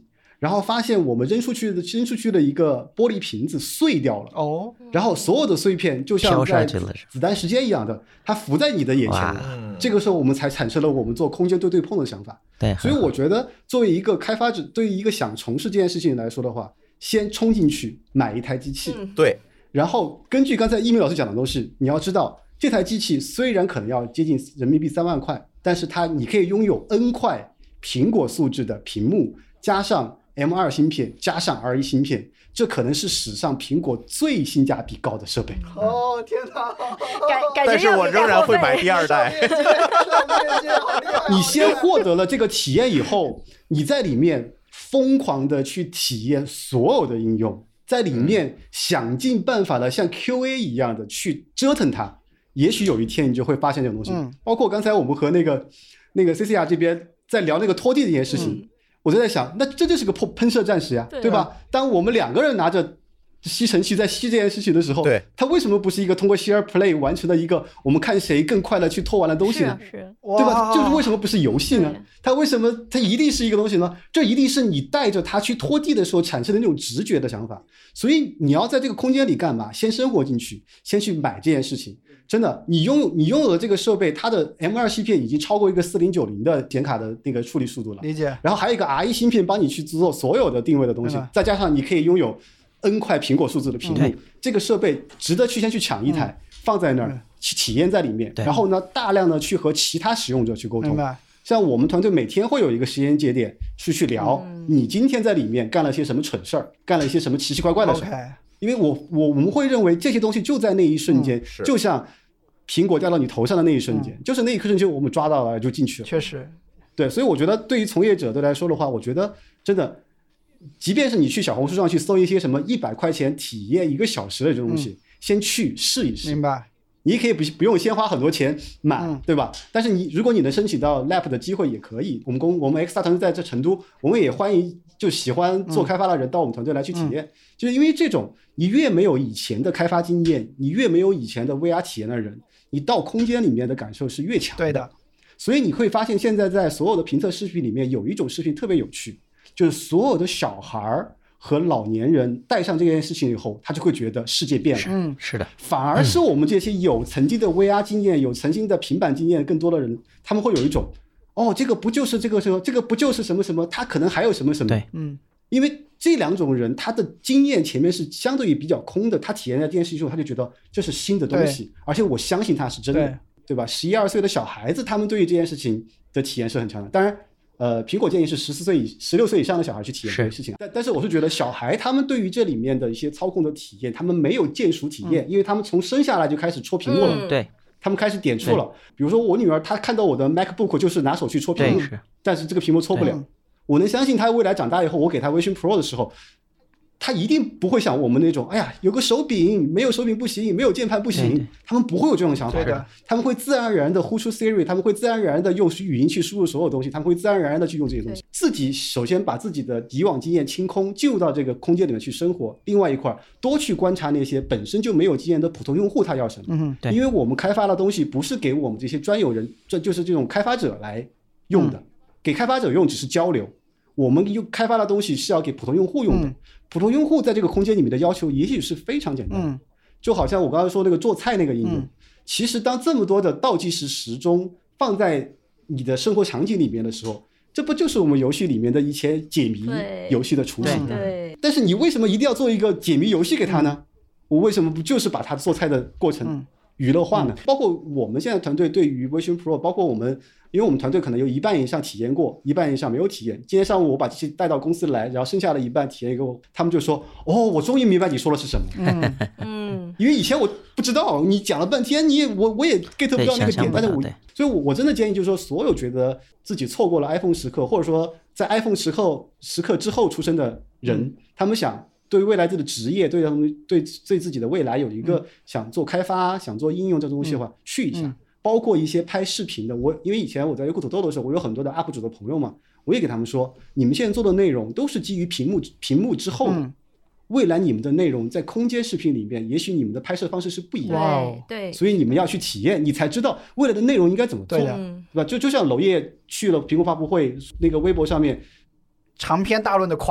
然后发现我们扔出去的扔出去的一个玻璃瓶子碎掉了哦，然后所有的碎片就像在子弹时间一样的，它浮在你的眼前。这个时候我们才产生了我们做空间对对碰的想法。 对， 所以我觉得作为一个开发者，对于一个想从事这件事情来说的话，先冲进去买一台机器。 嗯、对， 然后根据刚才一鸣老师讲的都是，你要知道这台机器虽然可能要接近人民币三万块，但是它你可以拥有 N 块苹果素质的屏幕，加上 M 二 芯片，加上 R 一 芯片，这可能是史上苹果最性价比高的设备。 哦天哪！ 感感觉但是我仍然会买第二代。 你先获得了这个体验以后，你在里面疯狂的去体验所有的应用，在里面想尽办法的像 Q A 一样的去折腾它。也许有一天你就会发现这种东西。嗯、包括刚才我们和那个那个 C C R 这边在聊那个拖地这件事情。嗯，我就在想，那这就是个喷射战士呀， 对, 对吧？当我们两个人拿着吸尘器在吸这件事情的时候， 对， 它为什么不是一个通过 share play 完成的一个我们看谁更快的去拖完了东西呢？ 是是， 对吧？就是为什么不是游戏呢？它为什么它一定是一个东西呢？这一定是你带着它去拖地的时候产生的那种直觉的想法。所以你要在这个空间里干嘛？先生活进去，先去买这件事情。真的，你拥有你拥有的这个设备，它的 M 二 芯片已经超过一个四零九零的显卡的那个处理速度了。 理解。 然后还有一个 R 一 芯片帮你去做所有的定位的东西，嗯、再加上你可以拥有 N 块苹果数字的屏幕，嗯、这个设备值得去先去抢一台，嗯、放在那儿、嗯、去体验在里面，然后呢，大量的去和其他使用者去沟通。像我们团队每天会有一个时间节点去去聊，嗯、你今天在里面干了些什么蠢事儿，干了一些什么奇奇怪怪的事儿。Okay. 因为我我我们会认为这些东西就在那一瞬间，嗯、就像苹果掉到你头上的那一瞬间，嗯、就是那一刻瞬间我们抓到了就进去了。 确实， 对，所以我觉得对于从业者对来说的话，我觉得真的，即便是你去小红书上去搜一些什么一百块钱体验一个小时的这种东西，嗯、先去试一试。 明白。 你可以不不用先花很多钱买，嗯、对吧？但是你如果你能申请到 Lab 的机会也可以。我们公我们 X 大团队在这成都，我们也欢迎就喜欢做开发的人到我们团队来去体验。嗯、就是因为这种，你越没有以前的开发经验，你越没有以前的 V R 体验的人，你到空间里面的感受是越强的。 对的。 所以你会发现，现在在所有的评测视频里面，有一种视频特别有趣，就是所有的小孩和老年人带上这件事情以后，他就会觉得世界变了。 嗯，是的。 反而是我们这些有曾经的 V R 经验、有曾经的平板经验更多的人，他们会有一种，哦，这个不就是这个什么，这个不就是什么什么，他可能还有什么什么。 对， 嗯。因为这两种人，他的经验前面是相对于比较空的，他体验了这件事情之后，他就觉得这是新的东西，而且我相信它是真的，对，对吧？十一二岁的小孩子，他们对于这件事情的体验是很强的。当然。呃，苹果建议是十四岁以十六岁以上的小孩去体验这个事情，但但是我是觉得小孩他们对于这里面的一些操控的体验，他们没有键熟体验，嗯、因为他们从生下来就开始戳屏幕了， 嗯、对， 他们开始点触了。比如说我女儿，她看到我的 MacBook 就是拿手去戳屏幕，但是这个屏幕戳不了。我能相信她未来长大以后，我给她 Vision Pro 的时候，他一定不会像我们那种，哎呀，有个手柄，没有手柄不行，没有键盘不行，他们不会有这种想法的。他们会自然而然的呼出 Siri， 他们会自然而然的用语音去输入所有东西，他们会自然而然的去用这些东西。自己首先把自己的以往经验清空，进入到这个空间里面去生活。另外一块，多去观察那些本身就没有经验的普通用户他要什么。嗯，对，因为我们开发的东西不是给我们这些专有人，这就是这种开发者来用的，嗯、给开发者用只是交流。我们用开发的东西是要给普通用户用的，嗯、普通用户在这个空间里面的要求也许是非常简单的，嗯、就好像我刚才说那个做菜那个应用，嗯、其实当这么多的倒计时时钟放在你的生活场景里面的时候，这不就是我们游戏里面的一些解谜游戏的雏形？ 对。 但是你为什么一定要做一个解谜游戏给他呢？嗯、我为什么不就是把他做菜的过程娱乐化呢？嗯、包括我们现在团队对于 Vision Pro， 包括我们。因为我们团队可能有一半以上体验过，一半以上没有体验。今天上午我把这些带到公司来，然后剩下的一半体验给我，他们就说：“哦，我终于明白你说的是什么。”嗯嗯，因为以前我不知道，你讲了半天，你也我我也 get 不到那个点，但是我所以我，我真的建议就是说，所有觉得自己错过了 iPhone 时刻，或者说在 iPhone 时刻时刻之后出生的人，嗯、他们想对未来自己的职业，对他们对对自己的未来有一个想做开发、嗯、想做应用这东西的话，嗯、去一下。嗯包括一些拍视频的，我因为以前我在优酷土豆的时候，我有很多的 U P 主的朋友嘛，我也给他们说，你们现在做的内容都是基于屏幕屏幕之后的，嗯、未来你们的内容在空间视频里面，也许你们的拍摄方式是不一样的， 对， 所以你们要去体验，你才知道未来的内容应该怎么做，对的，对吧？就就像娄烨去了苹果发布会，那个微博上面长篇大论的夸，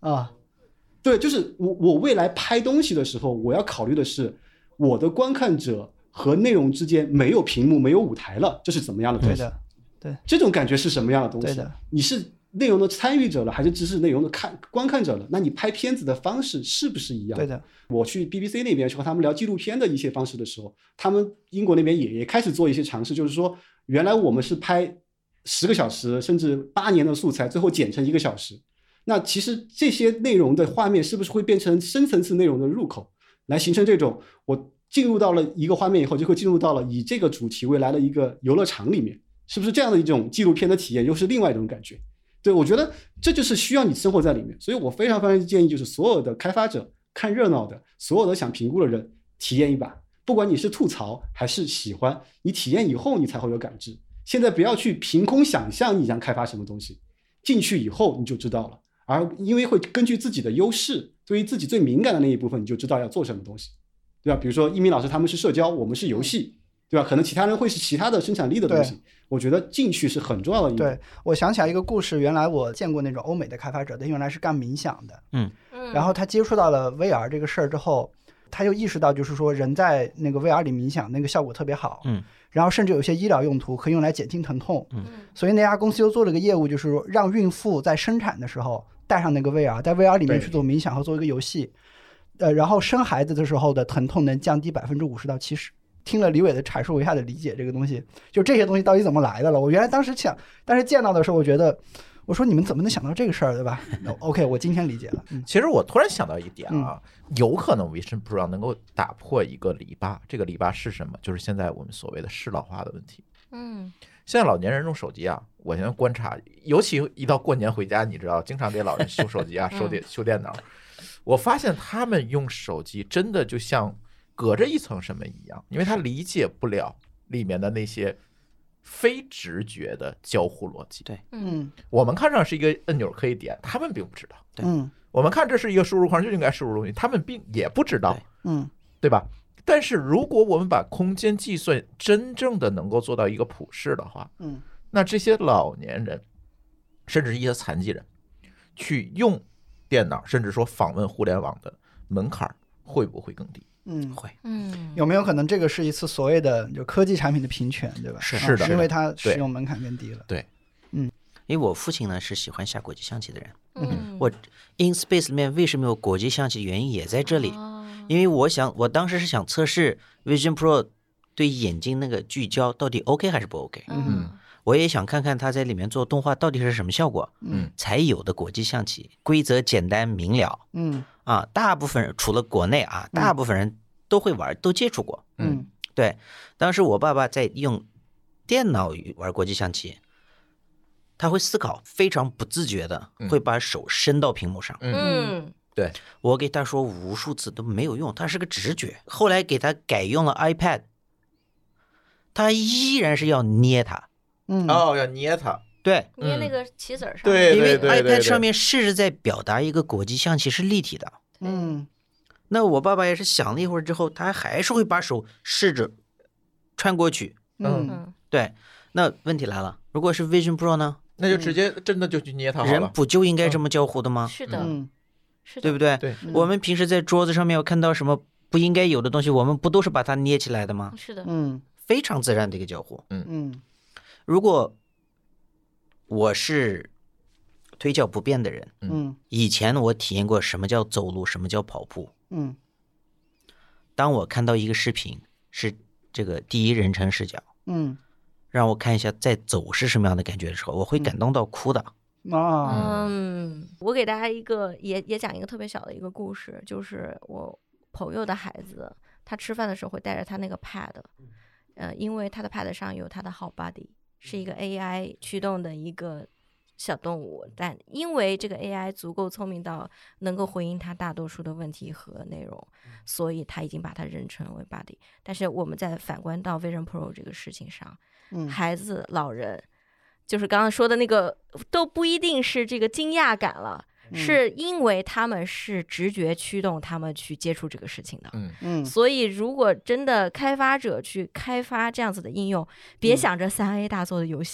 啊。 对，就是我我未来拍东西的时候，我要考虑的是我的观看者和内容之间没有屏幕没有舞台了，这是怎么样的东西？ 对的，对， 这种感觉是什么样的东西？ 对的， 你是内容的参与者了，还是只是内容的看观看者了？那你拍片子的方式是不是一样？ 对的。 我去 B B C 那边去和他们聊纪录片的一些方式的时候，他们英国那边也也开始做一些尝试，就是说原来我们是拍十个小时甚至八年的素材，最后剪成一个小时。那其实这些内容的画面是不是会变成深层次内容的入口，来形成这种我进入到了一个画面以后，就会进入到了以这个主题为来的一个游乐场里面，是不是这样的一种纪录片的体验，又是另外一种感觉？对，我觉得这就是需要你生活在里面，所以我非常非常建议，就是所有的开发者、看热闹的，所有的想评估的人，体验一把，不管你是吐槽还是喜欢，你体验以后你才会有感知。现在不要去凭空想象你想开发什么东西，进去以后你就知道了。而因为会根据自己的优势，对于自己最敏感的那一部分，你就知道要做什么东西，对吧？比如说一鸣老师他们是社交，我们是游戏，对吧？可能其他人会是其他的生产力的东西。我觉得进去是很重要的一步。 对，我想起来一个故事，原来我见过那种欧美的开发者，他原来是干冥想的， 嗯， 然后他接触到了 V R 这个事儿之后，他就意识到，就是说人在那个 V R 里冥想，那个效果特别好， 嗯， 然后甚至有些医疗用途可以用来减轻疼痛， 嗯， 所以那家公司又做了个业务，就是说让孕妇在生产的时候带上那个 V R， 在 V R 里面去做冥想和做一个游戏，呃，然后生孩子的时候的疼痛能降低百分之五十到七十。听了李伟的阐述，我一下子理解这个东西，就这些东西到底怎么来的了。我原来当时想，但是见到的时候，我觉得，我说你们怎么能想到这个事儿，对吧？OK， 我今天理解了。嗯、 其实我突然想到一点啊，嗯、有可能 Vision Pro 能够打破一个篱笆，这个篱笆是什么？就是现在我们所谓的适老化的问题。 嗯， 现在老年人用手机啊，我现在观察，尤其一到过年回家，你知道，经常给老人修手机啊，修电修电脑，我发现他们用手机真的就像隔着一层什么一样，因为他理解不了里面的那些非直觉的交互逻辑。 对， 嗯， 我们看上是一个按钮可以点，他们并不知道。 对， 嗯， 我们看这是一个输入框就应该输入东西，他们并也不知道。 嗯， 对吧？但是如果我们把空间计算真正的能够做到一个普适的话， 嗯， 那这些老年人，甚至一些残疾人，去用电脑，甚至说访问互联网的门槛会不会更低？ 嗯， 会， 嗯， 有没有可能这个是一次所谓的就科技产品的平权，对吧？ 是是的， 因为它使用门槛更低了。 对， 嗯， 因为我父亲呢是喜欢下国际象棋的人， 嗯， 我 InSpace 里面为什么有国际象棋的原因也在这里， 哦、 因为我想我当时是想测试 Vision Pro 对眼睛那个聚焦到底 OK 还是不 OK， 嗯， 我也想看看他在里面做动画到底是什么效果， 嗯， 才有的国际象棋规则简单明了， 嗯啊，大部分人除了国内啊，大部分人都会玩，都接触过， 嗯， 对，当时我爸爸在用电脑玩国际象棋，他会思考，非常不自觉的会把手伸到屏幕上， 嗯， 对， 我给他说无数次都没有用，他是个直觉，后来给他改用了 iPad， 他依然是要捏它， 嗯， 哦，要捏它， 对， 捏那个棋子上， 对因为对对对 iPad 上面是在表达一个国际象棋是立体的， 嗯， 那我爸爸也是想了一会儿之后，他还是会把手试着穿过去， 嗯嗯， 对，那问题来了，如果是 Vision Pro 呢？ 那就直接真的就去捏它好了。 人不就应该这么交互的吗？ 是的， 嗯， 是的， 对不对？ 对， 我们平时在桌子上面看到什么不应该有的东西，我们不都是把它捏起来的吗？ 是的， 嗯非常自然的一个交互。 嗯如果我是腿脚不便的人， 嗯以前我体验过什么叫走路，什么叫跑步。 嗯当我看到一个视频是这个第一人称视角， 嗯让我看一下在走是什么样的感觉的时候，我会感动到哭的。 啊， 嗯，我给大家一个也也讲一个特别小的一个故事，就是我朋友的孩子，他吃饭的时候会带着他那个 pad， 呃，因为他的 pad 上有他的好 buddy， 是一个 A I 驱动的一个小动物，但因为这个 A I 足够聪明到能够回应他大多数的问题和内容，所以他已经把它认成为 buddy。但是我们在反观到 Vision Pro 这个事情上， 嗯孩子、老人，就是刚刚说的那个，都不一定是这个惊讶感了， 嗯是因为他们是直觉驱动他们去接触这个事情的。 嗯嗯所以如果真的开发者去开发这样子的应用，别想着三 A 大作的游戏，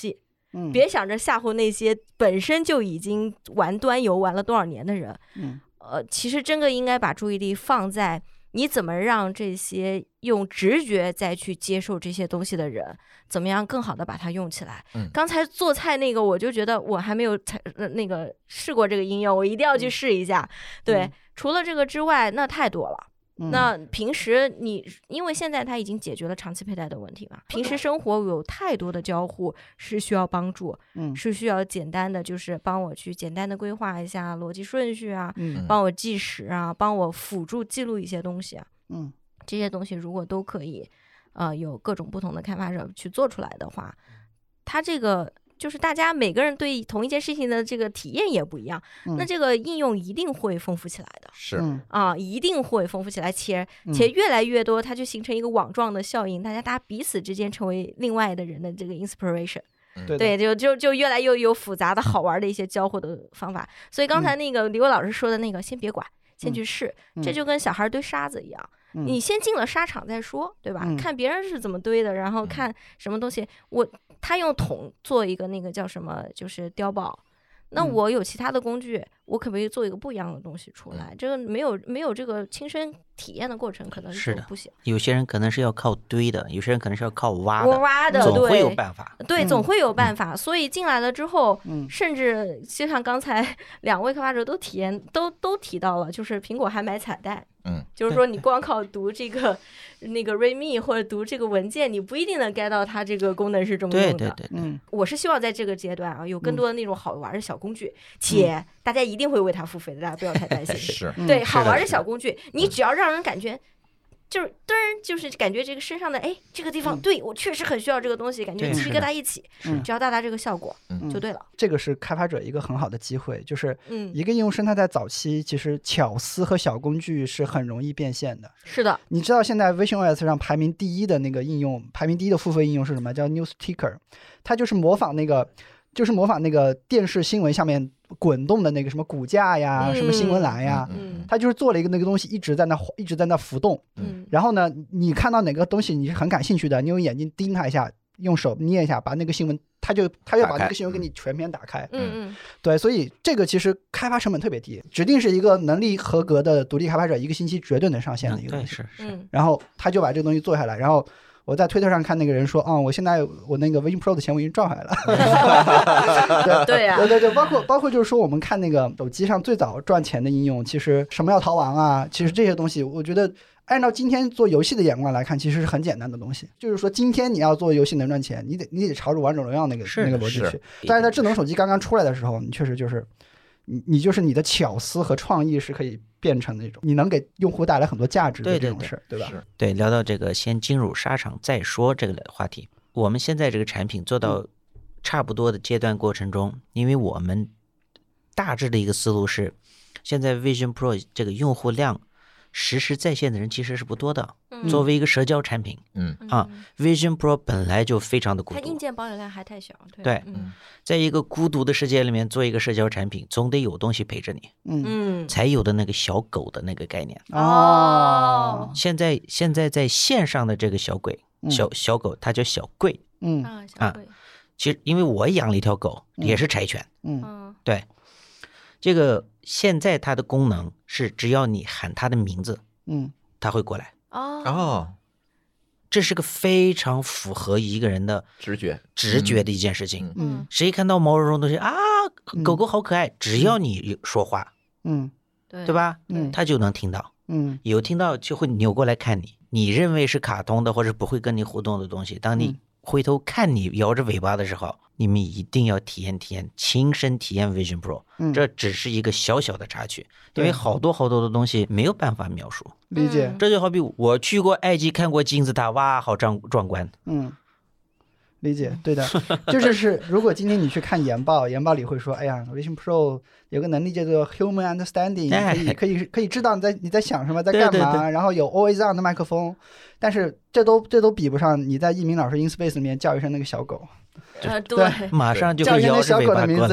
嗯，别想着吓唬那些本身就已经玩端游玩了多少年的人。 嗯， 呃，其实真的应该把注意力放在你怎么让这些用直觉再去接受这些东西的人，怎么样更好的把它用起来。 嗯， 刚才做菜那个，我就觉得我还没有呃那个试过这个应用，我一定要去试一下。嗯、对、嗯，除了这个之外，那太多了。那平时你因为现在它已经解决了长期佩戴的问题嘛，平时生活有太多的交互是需要帮助，嗯，是需要简单的就是帮我去简单的规划一下逻辑顺序啊，嗯，帮我计时啊，帮我辅助记录一些东西啊，嗯，这些东西如果都可以，呃，有各种不同的开发者去做出来的话，它这个。就是大家每个人对同一件事情的这个体验也不一样，嗯、那这个应用一定会丰富起来的。 是啊，一定会丰富起来，且且越来越多，它就形成一个网状的效应，大家大家彼此之间成为另外的人的这个 inspiration。 对对，就就就越来越有复杂的好玩的一些交互的方法。所以刚才那个李伟老师说的那个，先别管，先去试， 嗯、 这就跟小孩堆沙子一样。 嗯、 你先进了沙场再说，对吧？ 嗯、 看别人是怎么堆的，然后看什么东西。我他用桶做一个那个叫什么，就是碉堡。那我有其他的工具，我可不可以做一个不一样的东西出来？这个没有没有这个亲身体验的过程，可能是的不行。 有些人可能是要靠堆的，有些人可能是要靠挖的， 挖的， 总会有办法。 对， 嗯、 总会有办法。所以进来了之后， 嗯、 甚至就像刚才两位开发者都体验都都提到了，就是苹果还买彩蛋。 嗯， 就是说你光靠读这个那个 readme 或者读这个文件，你不一定能 get 到它这个功能是这么用的。 对对对， 嗯， 我是希望在这个阶段啊，有更多的那种好玩的小工具，嗯、且大家一定会为它付费的，大家不要太担心。 是， 对，好玩的小工具，你只要让人感觉。就是突然就是感觉这个身上的哎这个地方、嗯、对我确实很需要这个东西，感觉鸡皮疙瘩一起，只要达到这个效果、嗯、就对了。 这个是开发者一个很好的机会，就是一个应用生态在早期其实巧思和小工具是很容易变现的。 是的， 你知道现在 visionOS 上排名第一的那个应用，排名第一的付费应用是什么？叫 Newsticker， 它就是模仿那个就是模仿那个电视新闻下面滚动的那个什么骨架呀、嗯、什么新闻栏呀， 嗯， 他就是做了一个那个东西一直在那一直在那浮动， 嗯， 然后呢，你看到哪个东西你是很感兴趣的，你用眼睛盯它一下，用手捏一下，把那个新闻，他就他就把那个新闻给你全篇打开， 嗯嗯， 对，所以这个其实开发成本特别低，指定是一个能力合格的独立开发者，一个星期绝对能上线的一个东西， 嗯、是是， 然后他就把这个东西做下来，然后。我在推特上看那个人说，啊、嗯，我现在我那个 Vision Pro 的钱我已经赚回来了。 对呀、啊， 对对对，包括包括就是说，我们看那个手机上最早赚钱的应用，其实什么要逃亡啊，其实这些东西，我觉得按照今天做游戏的眼光来看，其实是很简单的东西。就是说，今天你要做游戏能赚钱，你得你得朝着王者荣耀那个那个逻辑去。但是在智能手机刚刚出来的时候，你确实就是你你就是你的巧思和创意是可以变成那种你能给用户带来很多价值的这种事， 对对吧？ 对，聊到这个先进入沙场再说这个话题。我们现在这个产品做到差不多的阶段过程中，因为我们大致的一个思路是，现在 Vision Pro 这个用户量实时在线的人其实是不多的。 嗯、 作为一个社交产品， 嗯啊 ，Vision Pro 本来就非常的孤独， 它硬件保有量还太小。对， 对嗯、 在一个孤独的世界里面做一个社交产品，总得有东西陪着你， 嗯， 才有的那个小狗的那个概念。 哦， 现在现在在线上的这个小鬼，小小狗，它叫小贵， 嗯啊，小贵。 其实因为我养了一条狗，也是柴犬， 嗯， 对，这个现在它的功能是只要你喊它的名字， 嗯， 它会过来。 哦哦， 这是个非常符合一个人的直觉直觉的一件事情。 嗯， 谁看到毛茸茸的东西啊，狗狗好可爱，只要你说话， 嗯， 对对吧？ 嗯， 它就能听到。 嗯， 有听到就会扭过来看你，你认为是卡通的或者不会跟你互动的东西，当你回头看你摇着尾巴的时候，你们一定要体验体验，亲身体验 Vision Pro。 嗯， 这只是一个小小的插曲，因为好多好多的东西没有办法描述。 理解。 这就好比我去过埃及看过金字塔，哇，好壮壮观。 嗯，理解，对的，就是是，如果今天你去看研报，研报里会说，哎呀 ，Vision Pro 有个能力叫做 Human Understanding，可以可以可以知道你在你在想什么，在干嘛， 对对对， 然后有 Always On 的麦克风，但是这都这都比不上你在一鸣老师 InSpace 里面叫一声那个小狗。 呃，对， 马上就会摇着尾巴过来了。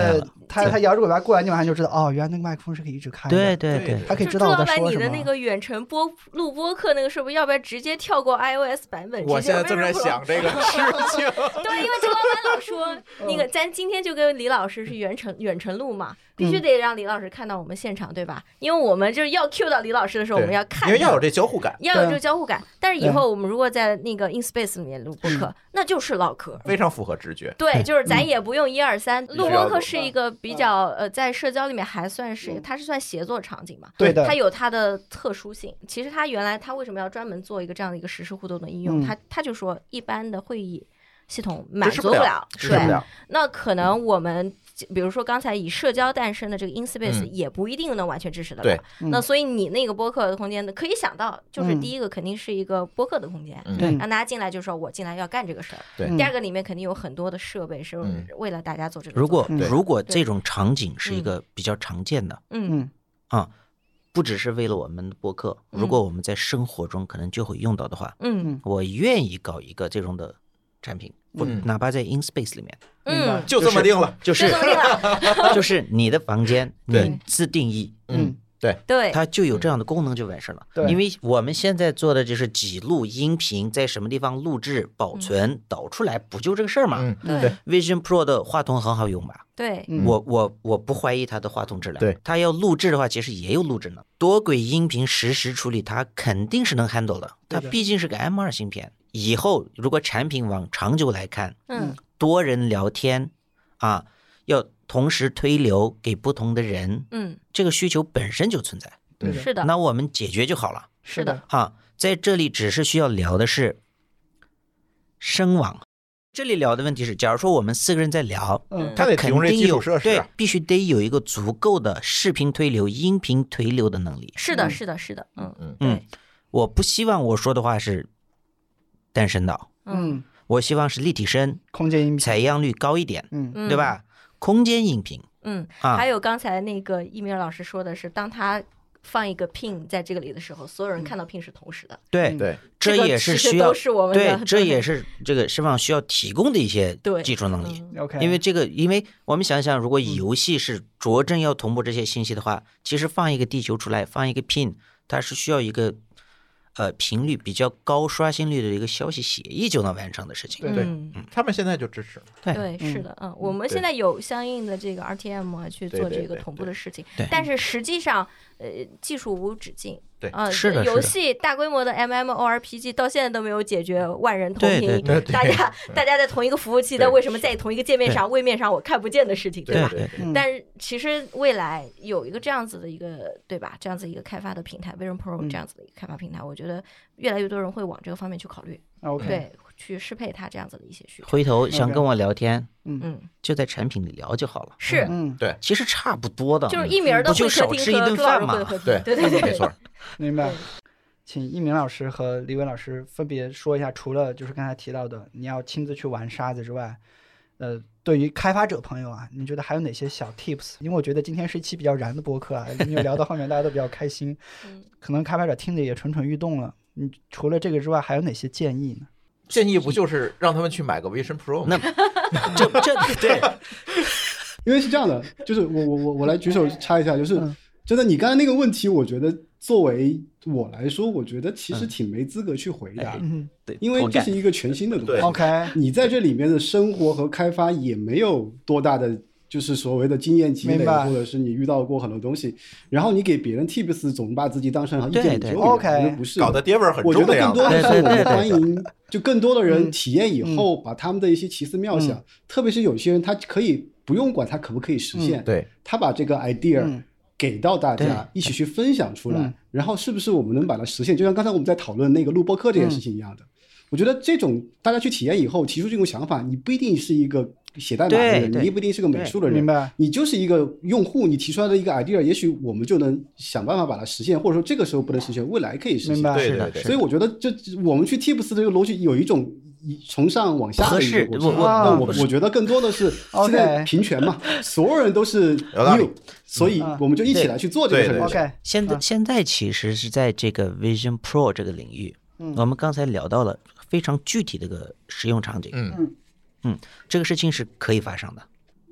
他他摇着尾巴过来，你马上就知道哦，原来那个麦克风是可以一直开的。 对对对， 他可以知道我在说什么。 你的那个远程播录播课那个是不是要不要直接跳过 iOS 版本？ 我现在正在想这个事情。 对，因为周老板老说那个，咱今天就跟李老师是远程远程录嘛，必须得让李老师看到我们现场，对吧？因为我们就是要 cue 到李老师的时候，我们要看， 因为要有这交互感， 要有这个交互感。但是以后我们如果在那个 InSpace 里面录播课，那就是唠嗑， 非常符合直觉。 对，就是咱也不用一二三，录播课是一个比较呃，在社交里面还算是它是算协作场景嘛， 对的， 它有它的特殊性。其实它原来它为什么要专门做一个这样的一个实时互动的应用？它它就说一般的会议系统满足不了， 对， 那可能我们比如说刚才以社交诞生的这个 InSpace 也不一定能完全支持得了。那所以你那个播客的空间呢，可以想到就是第一个肯定是一个播客的空间，让大家进来就说我进来要干这个事儿。第二个里面肯定有很多的设备是为了大家做这个。 如果如果这种场景是一个比较常见的， 嗯啊。不只是为了我们的播客，如果我们在生活中可能就会用到的话， 嗯， 我愿意搞一个这种的产品，不，哪怕在 InSpace 里面， 嗯， 就这么定了， 就是就是你的房间，你自定义， 嗯，对对， 它就有这样的功能就完事了。因为我们现在做的就是记录音频，在什么地方录制、保存、导出来，不就这个事儿吗？ 对 ，Vision Pro 的话筒很好用吧？ 对， 我我我不怀疑它的话筒质量。 对， 它要录制的话，其实也有录制呢。多轨音频实时处理，它肯定是能 handle 的。它毕竟是个 M 二芯片。以后如果产品往长久来看， 嗯， 多人聊天啊，要同时推流给不同的人， 嗯， 这个需求本身就存在。 对， 是的。 那我们解决就好了。 是的。 啊，在这里只是需要聊的是声网。这里聊的问题是，假如说我们四个人在聊， 嗯， 它肯定有设施， 对，必须得有一个足够的视频推流、音频推流的能力。 是的，是的，是的，嗯嗯嗯，我不希望我说的话是单声道， 嗯， 我希望是立体声、 空间音频， 采样率高一点， 嗯， 对吧？空间音频， 嗯， 啊， 还有刚才那个一鸣老师说的是，当他放一个 pin 在这个里的时候，所有人看到 pin 是同时的。 对对， 这也是需要，对，这也是是这个释放需要提供的一些技术能力。 OK， 因为这个，因为我们想想，如果游戏是着重要同步这些信息的话，其实放一个地球出来，放一个 pin， 它是需要一个呃频率比较高、刷新率的一个消息协议就能完成的事情。 对对，他们现在就支持。 对，是的，嗯，我们现在有相应的这个 R T M 啊去做这个同步的事情，但是实际上，呃，技术无止境。 对， 啊， 是的， 游戏大规模的 M M O R P G 到现在都没有解决万人同屏，大家大家在同一个服务器，但为什么在同一个界面上、位面上我看不见的事情，对吧？但是其实未来有一个这样子的一个，对吧？这样子一个开发的平台 ，Vision Pro 这样子的一个开发平台，我觉得越来越多人会往这个方面去考虑。 OK， 对，去适配它这样子的一些需求。 回头想跟我聊天， 嗯嗯， 就在产品里聊就好了。 是， 嗯， 对， 其实差不多的， 就是一鸣的会客厅和朱老师会客厅， 对对对对， 没错， 明白。请一鸣老师和李伟老师分别说一下，除了就是刚才提到的你要亲自去玩沙子之外，呃，对于开发者朋友啊，你觉得还有哪些小 tips？ 因为我觉得今天是一期比较燃的播客啊，因为聊到后面大家都比较开心，可能开发者听着也蠢蠢欲动了。你除了这个之外，还有哪些建议呢？ 建议不就是让他们去买个 Vision Pro 吗？ 那这这对， 因为是这样的，就是我我我我来举手插一下，就是真的，你刚才那个问题，我觉得作为我来说，我觉得其实挺没资格去回答， 嗯， 对， 因为这是一个全新的东西。 OK， 你在这里面的生活和开发也没有多大的。就是所谓的经验积累，或者是你遇到过很多东西，然后你给别人 tips 总把自己当成意见领袖，我觉得不是， 搞得爹味儿很重。 我觉得更多的是我们欢迎，就更多的人体验以后， 嗯、 把他们的一些奇思妙想，嗯、特别是有些人他可以不用管他可不可以实现， 嗯、对， 他把这个 idea、 嗯、 给到大家一起去分享出来，然后是不是我们能把它实现？就像刚才我们在讨论那个录播课这件事情一样的。嗯，我觉得这种大家去体验以后提出这种想法，你不一定是一个写代码的人，你也不一定是个美术的人， 明白？ 你就是一个用户，你提出来的一个 idea， 也许我们就能想办法把它实现，或者说这个时候不能实现，未来可以实现。 明白？ 对对对。 所以我觉得这我们去 tips 这个逻辑有一种从上往下的一个过程。 那我我觉得更多的是现在平权嘛，所有人都是 new， 所以我们就一起来去做这个事情。 OK， 现在现在其实是在这个 Vision Pro 这个领域，我们刚才聊到了非常具体的一个使用场景， 嗯嗯，这个事情是可以发生的，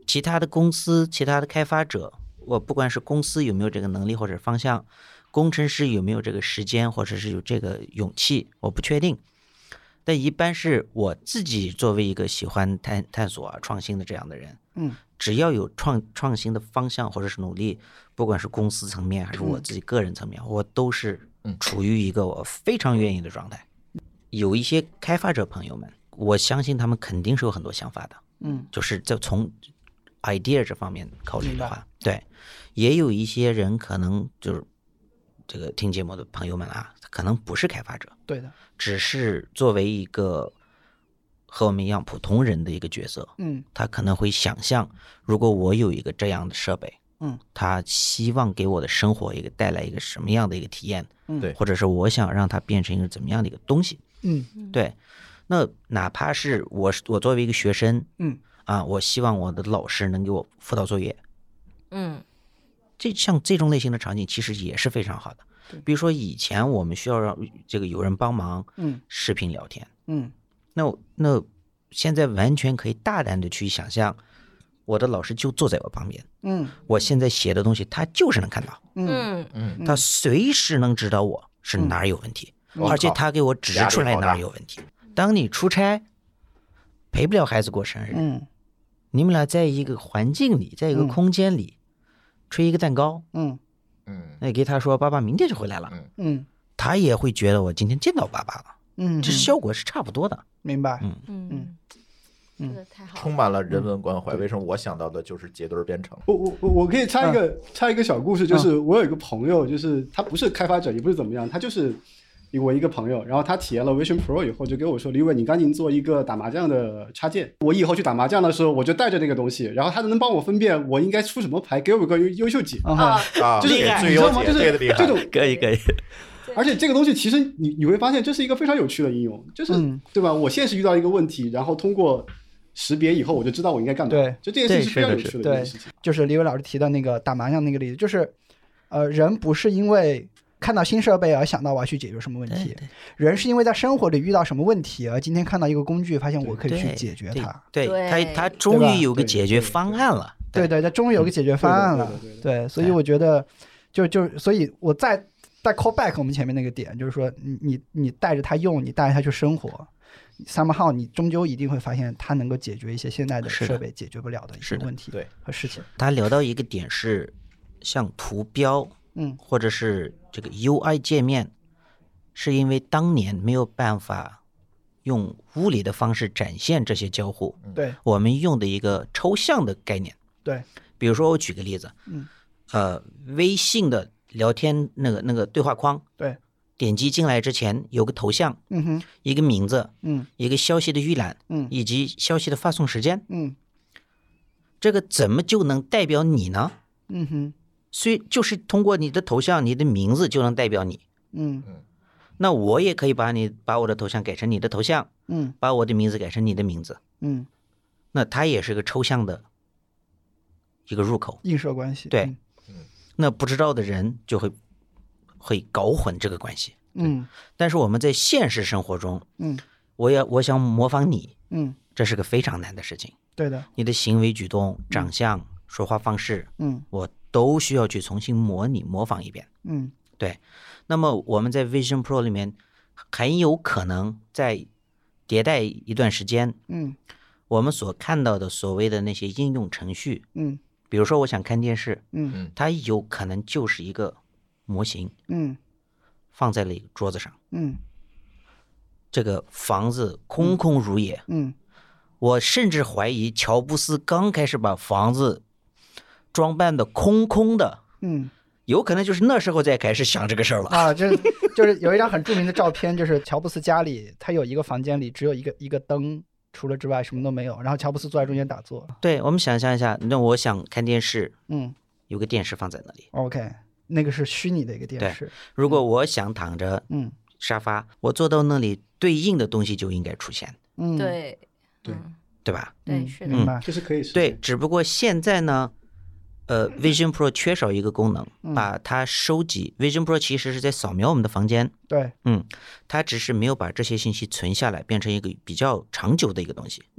其他的公司、其他的开发者，我不管是公司有没有这个能力或者方向，工程师有没有这个时间或者是有这个勇气，我不确定。但一般是我自己作为一个喜欢探探索啊、创新的这样的人， 嗯， 只要有创创新的方向或者是努力，不管是公司层面还是我自己个人层面，我都是处于一个我非常愿意的状态。有一些开发者朋友们，我相信他们肯定是有很多想法的， 嗯， 就是在从 idea 这方面考虑的话，对，也有一些人可能就是这个听节目的朋友们啊，可能不是开发者， 对的， 只是作为一个和我们一样普通人的一个角色， 嗯， 他可能会想象，如果我有一个这样的设备， 嗯， 他希望给我的生活一个带来一个什么样的一个体验， 嗯， 对， 或者是我想让它变成一个怎么样的一个东西， 嗯， 对，那哪怕是我我作为一个学生， 嗯， 啊，我希望我的老师能给我辅导作业， 嗯， 这像这种类型的场景其实也是非常好的。比如说以前我们需要让这个有人帮忙， 嗯， 视频聊天， 嗯， 那那现在完全可以大胆的去想象，我的老师就坐在我旁边， 嗯， 我现在写的东西他就是能看到， 嗯， 嗯， 他随时能指导我是哪儿有问题， 嗯而且他给我指出来哪儿有问题。当你出差陪不了孩子过生日， 嗯， 你们俩在一个环境里，在一个空间里，吹一个蛋糕， 嗯， 嗯， 那给他说爸爸明天就回来了， 嗯， 他也会觉得我今天见到爸爸了， 嗯， 这效果是差不多的。 明白， 嗯嗯，这个太好了， 充满了人文关怀。为什么我想到的就是结对编程？ 我我我我可以插一个、插一个小故事，就是我有一个朋友，就是他不是开发者，也不是怎么样，他就是我一个朋友，然后他体验了 Vision Pro 以后，就跟我说：“李伟，你赶紧做一个打麻将的插件，我以后去打麻将的时候，我就带着那个东西，然后他能帮我分辨我应该出什么牌，给我个优优秀解。” 啊， 啊， 就是最你知道吗？ 优解， 就是这个厉害这种可以可以， 而且这个东西其实你你会发现，这是一个非常有趣的应用，就是、 嗯、 对吧？我现实遇到一个问题，然后通过识别以后，我就知道我应该干嘛。 对， 就这件事情是非常有趣的一件事情。 就是李伟老师提的那个打麻将那个例子，就是呃，人不是因为看到新设备而想到我要去解决什么问题，人是因为在生活里遇到什么问题而今天看到一一个工具，发现我可以去解决它。 对， 对他他终于有个解决方案了。 对对，他终于有个解决方案了。对，所以我觉得，就就所以我再再 call back 我们前面那个点，就是说，你你你带着它用，你带着它去生活。somehow 你终究一定会发现它能够解决一些现在的设备解决不了的一些问题和事情。 他聊到一个点是，像图标， 嗯， 或者是这个 U I 界面，是因为当年没有办法用物理的方式展现这些交互， 对， 我们用的一个抽象的概念。 对， 比如说我举个例子， 嗯， 呃，微信的聊天那个那个对话框， 对。 点击进来之前有个头像， 嗯哼， 一个名字， 嗯， 一个消息的预览， 嗯， 以及消息的发送时间， 嗯， 这个怎么就能代表你呢？ 嗯哼， 所以就是通过你的头像、你的名字就能代表你。 嗯， 那我也可以把你把我的头像改成你的头像， 嗯， 把我的名字改成你的名字， 嗯， 那它也是个抽象的一个入口， 映射关系。 对，嗯，那不知道的人就会。会搞混这个关系， 嗯， 但是我们在现实生活中， 嗯， 我要我想模仿你， 嗯， 这是个非常难的事情， 对的， 你的行为举动、长相、嗯、说话方式， 嗯， 我都需要去重新模拟、模仿一遍， 嗯， 对。那么我们在 Vision Pro 里面很有可能在迭代一段时间， 嗯， 我们所看到的所谓的那些应用程序， 嗯， 比如说我想看电视， 嗯， 它有可能就是一个模型， 嗯， 放在了一个桌子上， 嗯， 这个房子空空如也， 嗯， 我甚至怀疑乔布斯刚开始把房子装扮的空空的， 嗯， 有可能就是那时候才开始想这个事儿了啊，就是就是有一张很著名的照片，就是乔布斯家里他有一个房间里只有一个一个灯，除了之外什么都没有，然后乔布斯坐在中间打坐。 对，我们想象一下，那我想看电视， 嗯， 有个电视放在那里 ，OK。那个是虚拟的一个电视。 如果我想躺着， 嗯， 沙发，我坐到那里，对应的东西就应该出现。 嗯， 对， 对， 对吧？ 对，是的， 明白， 这是可以实现。 对，只不过现在呢，呃 ，Vision Pro 缺少一个功能， 嗯、 把它收集。Vision Pro 其实是在扫描我们的房间。 对， 嗯，它只是没有把这些信息存下来，变成一个比较长久的一个东西。 嗯，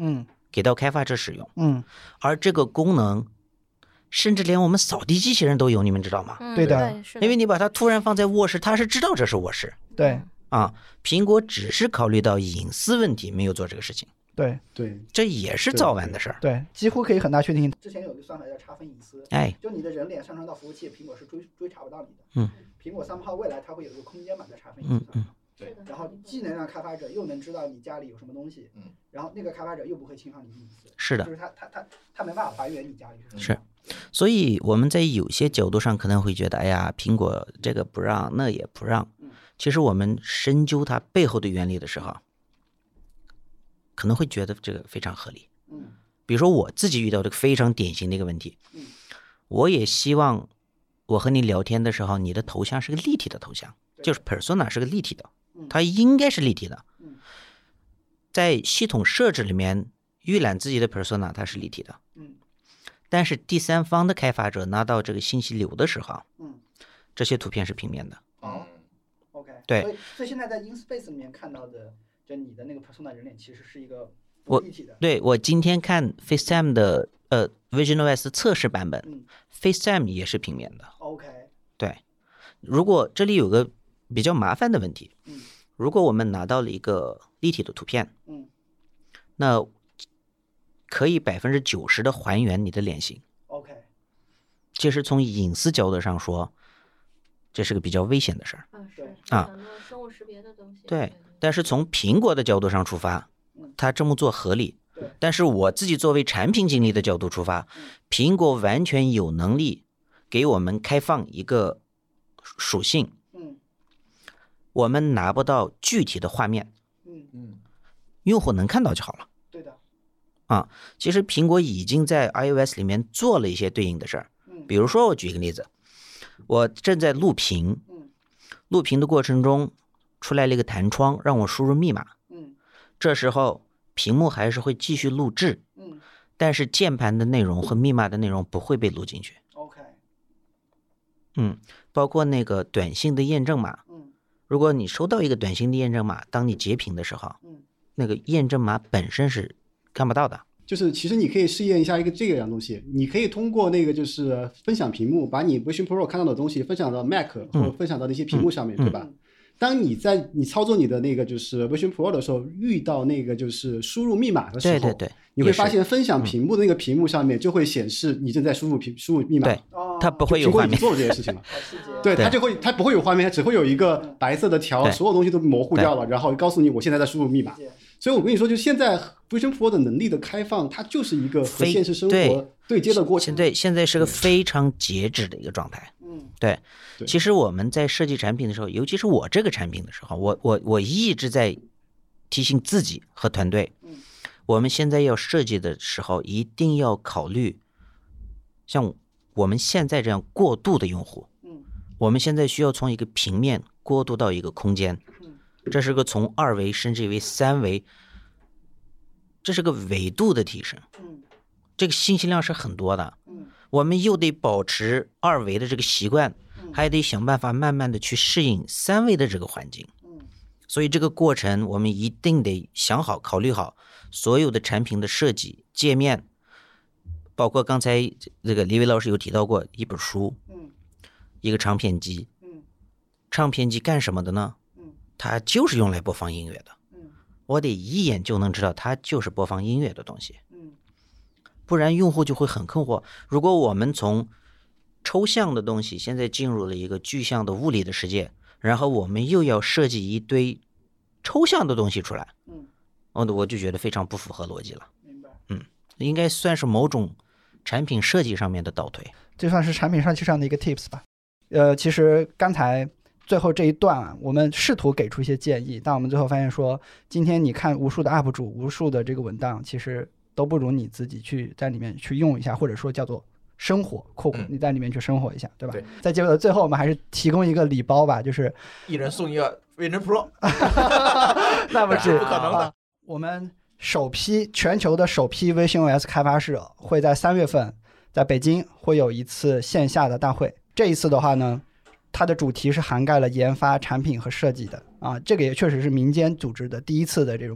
给到开发者使用。 嗯， 而这个功能甚至连我们扫地机器人都有，你们知道吗？ 嗯、 对的对是的， 因为你把它突然放在卧室，它是知道这是卧室对啊。苹果只是考虑到隐私问题，没有做这个事情， 对对， 这也是早晚的事儿。 对，几乎可以很大确定。之前有一个算法叫查分隐私， 哎， 就你的人脸上传到服务器，苹果是追追查不到你的。 嗯， 苹果三号未来它会有一个空间版的查分隐私。 嗯嗯。 对， 然后既能让开发者又能知道你家里有什么东西，嗯，然后那个开发者又不会侵犯你的隐私， 是的， 就是他他他他没办法还原你家里是什么。 是，所以我们在有些角度上可能会觉得，哎呀，苹果这个不让，那也不让。其实我们深究它背后的原理的时候，可能会觉得这个非常合理。 嗯， 比如说我自己遇到这个非常典型的一个问题， 嗯， 我也希望我和你聊天的时候，你的头像是个立体的头像，就是 persona 是个立体的。它应该是立体的，在系统设置里面预览自己的 persona 它是立体的，但是第三方的开发者拿到这个信息流的时候，这些图片是平面的。 哦 ，OK， 对， 所以所以现在在 InSpace 里面看到的，就你的那个 persona 人脸其实是一个我立体的。 对，我今天看 FaceTime 的呃 VisionOS 测试版本， 嗯 ，FaceTime 也是平面的。 OK， 对，如果这里有个比较麻烦的问题， 嗯， 如果我们拿到了一个立体的图片， 嗯， 那可以百分之九十的还原你的脸型。 OK， 其实从隐私角度上说，这是个比较危险的事儿。 嗯，是啊， 很多生物识别的东西。 对，但是从苹果的角度上出发，他这么做合理。但是我自己作为产品经理的角度出发，苹果完全有能力给我们开放一个属性， 嗯， 我们拿不到具体的画面， 嗯嗯， 用户能看到就好了。 对的， 啊，其实苹果已经在 iOS 里面做了一些对应的事儿，比如说我举一个例子，我正在录屏，录屏的过程中出来了一个弹窗，让我输入密码， 嗯， 这时候屏幕还是会继续录制， 嗯， 但是键盘的内容和密码的内容不会被录进去。 OK， 嗯，包括那个短信的验证码， 嗯， 如果你收到一个短信的验证码，当你截屏的时候， 嗯， 那个验证码本身是看不到的。 就是其实你可以试验一下一个这个样东西，你可以通过那个就是分享屏幕，把你 Vision Pro 看到的东西分享到 Mac 或者分享到那些屏幕上面， 嗯、 对吧？当你在你操作你的那个就是 Vision Pro 的时候，遇到那个就是输入密码的时候， 对对对， 你会发现分享屏幕的那个屏幕上面就会显示你正在输入屏输入密码， 对，它不会有画面。 做了这件事情了， 对， 对，它就会它不会有画面，它只会有一个白色的条，所有东西都模糊掉了，然后告诉你我现在在输入密码。所以我跟你说，就现在 Vision Pro 的能力的开放，它就是一个和现实生活对接的过程。 现在现在是个非常截止的一个状态。 嗯， 对。其实我们在设计产品的时候，尤其是我这个产品的时候，我我我一直在提醒自己和团队，我们现在要设计的时候，一定要考虑像我们现在这样过渡的用户。嗯，我们现在需要从一个平面过渡到一个空间。这是个从二维甚至为三维，这是个维度的提升。这个信息量是很多的。我们又得保持二维的这个习惯，还得想办法慢慢的去适应三维的这个环境。所以这个过程我们一定得想好、考虑好所有的产品的设计、界面，包括刚才这个李伟老师有提到过一本书，一个唱片机。唱片机干什么的呢？它就是用来播放音乐的，我得一眼就能知道它就是播放音乐的东西，不然用户就会很困惑。如果我们从抽象的东西现在进入了一个具象的物理的世界，然后我们又要设计一堆抽象的东西出来，我我就觉得非常不符合逻辑了。 明白？ 嗯，应该算是某种产品设计上面的倒退， 这算是产品设计上的一个 tips 吧。呃，其实刚才最后这一段啊，我们试图给出一些建议，但我们最后发现说，今天你看无数的 U P 主、无数的这个文档，其实都不如你自己去在里面去用一下，或者说叫做生活括弧，你在里面去生活一下，对吧？ 对。 在结尾的最后，我们还是提供一个礼包吧，就是一人送一个 Vision Pro， 那不是不可能的。 啊、我们首批全球的首批 VisionOS 开发者会在三月份在北京会有一次线下的大会，这一次的话呢，它的主题是涵盖了研发、产品和设计的啊，这个也确实是民间组织的第一次的这种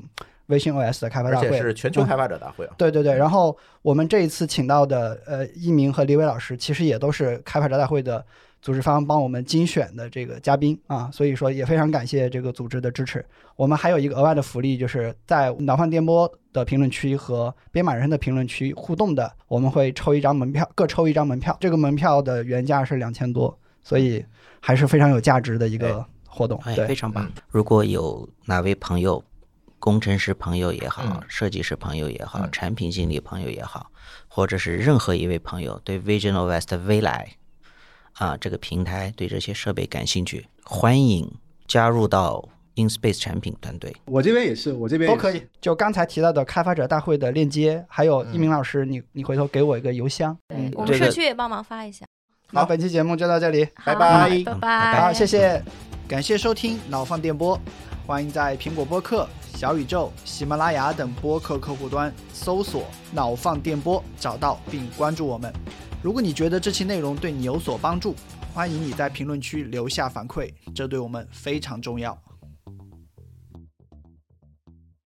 微信 O S 的开发大会， 而且是全球开发者大会啊、 嗯。对对对，然后我们这一次请到的呃一鸣和李伟老师，其实也都是开发者大会的组织方帮我们精选的这个嘉宾啊，所以说也非常感谢这个组织的支持。我们还有一个额外的福利，就是在脑放电波的评论区和编码人的评论区互动的，我们会抽一张门票，各抽一张门票，这个门票的原价是两千多，所以还是非常有价值的一个活动。 哎， 对， 非常棒。如果有哪位朋友，工程师朋友也好， 嗯、 设计师朋友也好、 嗯， 产品经理朋友也好，或者是任何一位朋友对 Vision O S 的未来啊这个平台对这些设备感兴趣，欢迎加入到 InSpace 产品团队。 我这边也是，我这边都可以。就刚才提到的开发者大会的链接，还有一鸣老师，你你回头给我一个邮箱。 对、 嗯， 我们社区也帮忙发一下。 那本期节目就到这里， 拜拜， 拜拜。 好，谢谢，感谢收听脑放电波，欢迎在苹果播客、小宇宙、喜马拉雅等播客客户端搜索脑放电波，找到并关注我们。如果你觉得这期内容对你有所帮助，欢迎你在评论区留下反馈，这对我们非常重要。